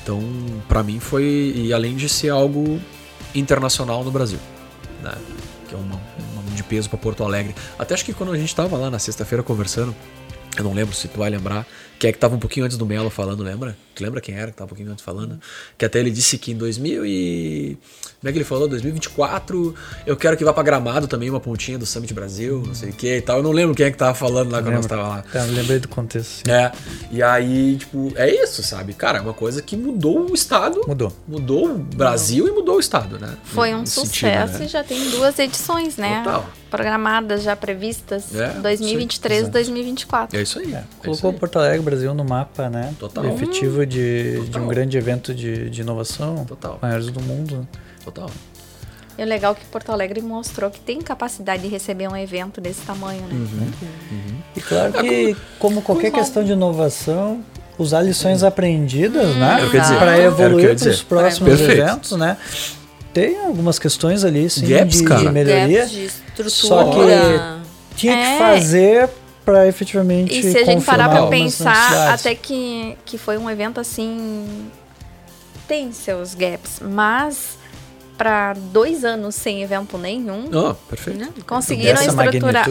Então, para mim foi, e além de ser algo internacional no Brasil, né? Que é uma de peso para Porto Alegre. Até acho que quando a gente tava lá na sexta-feira conversando, eu não lembro se tu vai lembrar, que é que tava um pouquinho antes do Melo falando, lembra? Tu lembra quem era que tava um pouquinho antes falando? Que até ele disse que em 2000 e... Como é que ele falou? 2024, eu quero que vá pra Gramado também, uma pontinha do Summit Brasil, não sei o que e tal. Eu não lembro quem é que tava falando lá quando nós tava lá. Eu lembrei do contexto. Sim. E aí, tipo, é isso, sabe? Cara, é uma coisa que mudou o estado. Mudou o Brasil e mudou o estado, né? Foi um sucesso, sentido, né? E já tem 2 edições, né? Total. Programadas, já previstas, 2023 e 2024. É isso aí. Colocou Porto Alegre, Brasil no mapa, né? Total. Efetivo de um grande evento de inovação. Total. Maiores do mundo. Total. E o legal é que Porto Alegre mostrou que tem capacidade de receber um evento desse tamanho, né? E claro que, como qualquer questão de inovação, usar lições aprendidas, né? Para evoluir para os próximos eventos, né? Tem algumas questões ali, sim, de melhoria. Gaps de estrutura. Só que tinha que fazer para efetivamente. E se a gente parar para pensar, até que foi um evento assim, tem seus gaps, mas para 2 anos sem evento nenhum, perfeito. Conseguiram estruturar.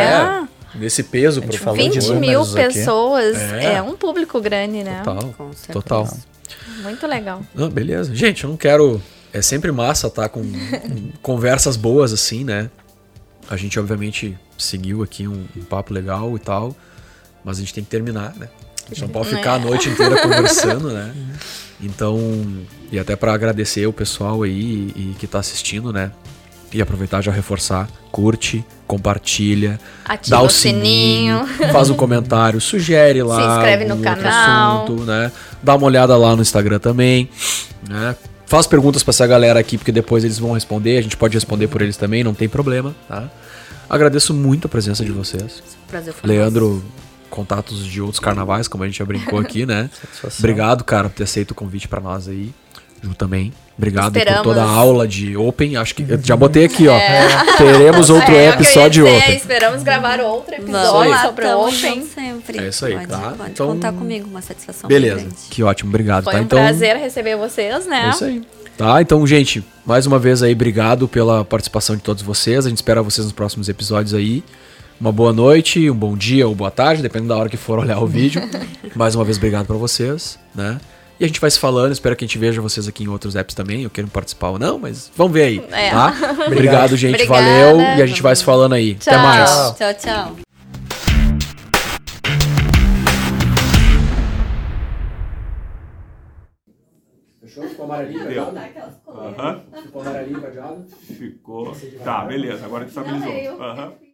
Nesse peso, a gente falou de 20 mil pessoas é um público grande, né? Total. Muito legal. Beleza. Gente, eu não quero. É sempre massa estar com conversas boas assim, né? A gente, obviamente, seguiu aqui um papo legal e tal, mas a gente tem que terminar, né? A gente não pode ficar a noite inteira conversando, né? Então, e até para agradecer o pessoal aí e que tá assistindo, né? E aproveitar já reforçar, curte, compartilha, ativa dá o sininho, faz um comentário, sugere lá, se inscreve no canal, assunto, né? Dá uma olhada lá no Instagram também, né? Faz perguntas para essa galera aqui, porque depois eles vão responder, a gente pode responder por eles também, não tem problema, tá? Agradeço muito a presença de vocês. Prazer foi Leandro, contatos de outros carnavais, como a gente já brincou aqui, né? Obrigado, cara, por ter aceito o convite para nós aí. Ju também. Obrigado por toda a aula de Open. Acho que eu já botei aqui, ó. Teremos outro app só de Open. Esperamos gravar outro episódio sobre o Open. Sempre. É isso aí, tá? Pode contar comigo, uma satisfação. Beleza, que ótimo, obrigado. Foi um prazer receber vocês, né? É isso aí. Tá, então, gente, mais uma vez aí, obrigado pela participação de todos vocês. A gente espera vocês nos próximos episódios aí. Uma boa noite, um bom dia ou boa tarde, dependendo da hora que for olhar o vídeo. Mais uma vez, obrigado pra vocês, né? E a gente vai se falando, espero que a gente veja vocês aqui em outros apps também. Eu quero participar ou não, mas vamos ver aí, tá? Obrigado, gente, valeu. E a gente vai se falando aí. Tchau. Até mais. Tchau, tchau. Fechou? Ficou amarelinho, Deu. Ficou amarelinho, Ficou. Tá, beleza. Agora estabilizou.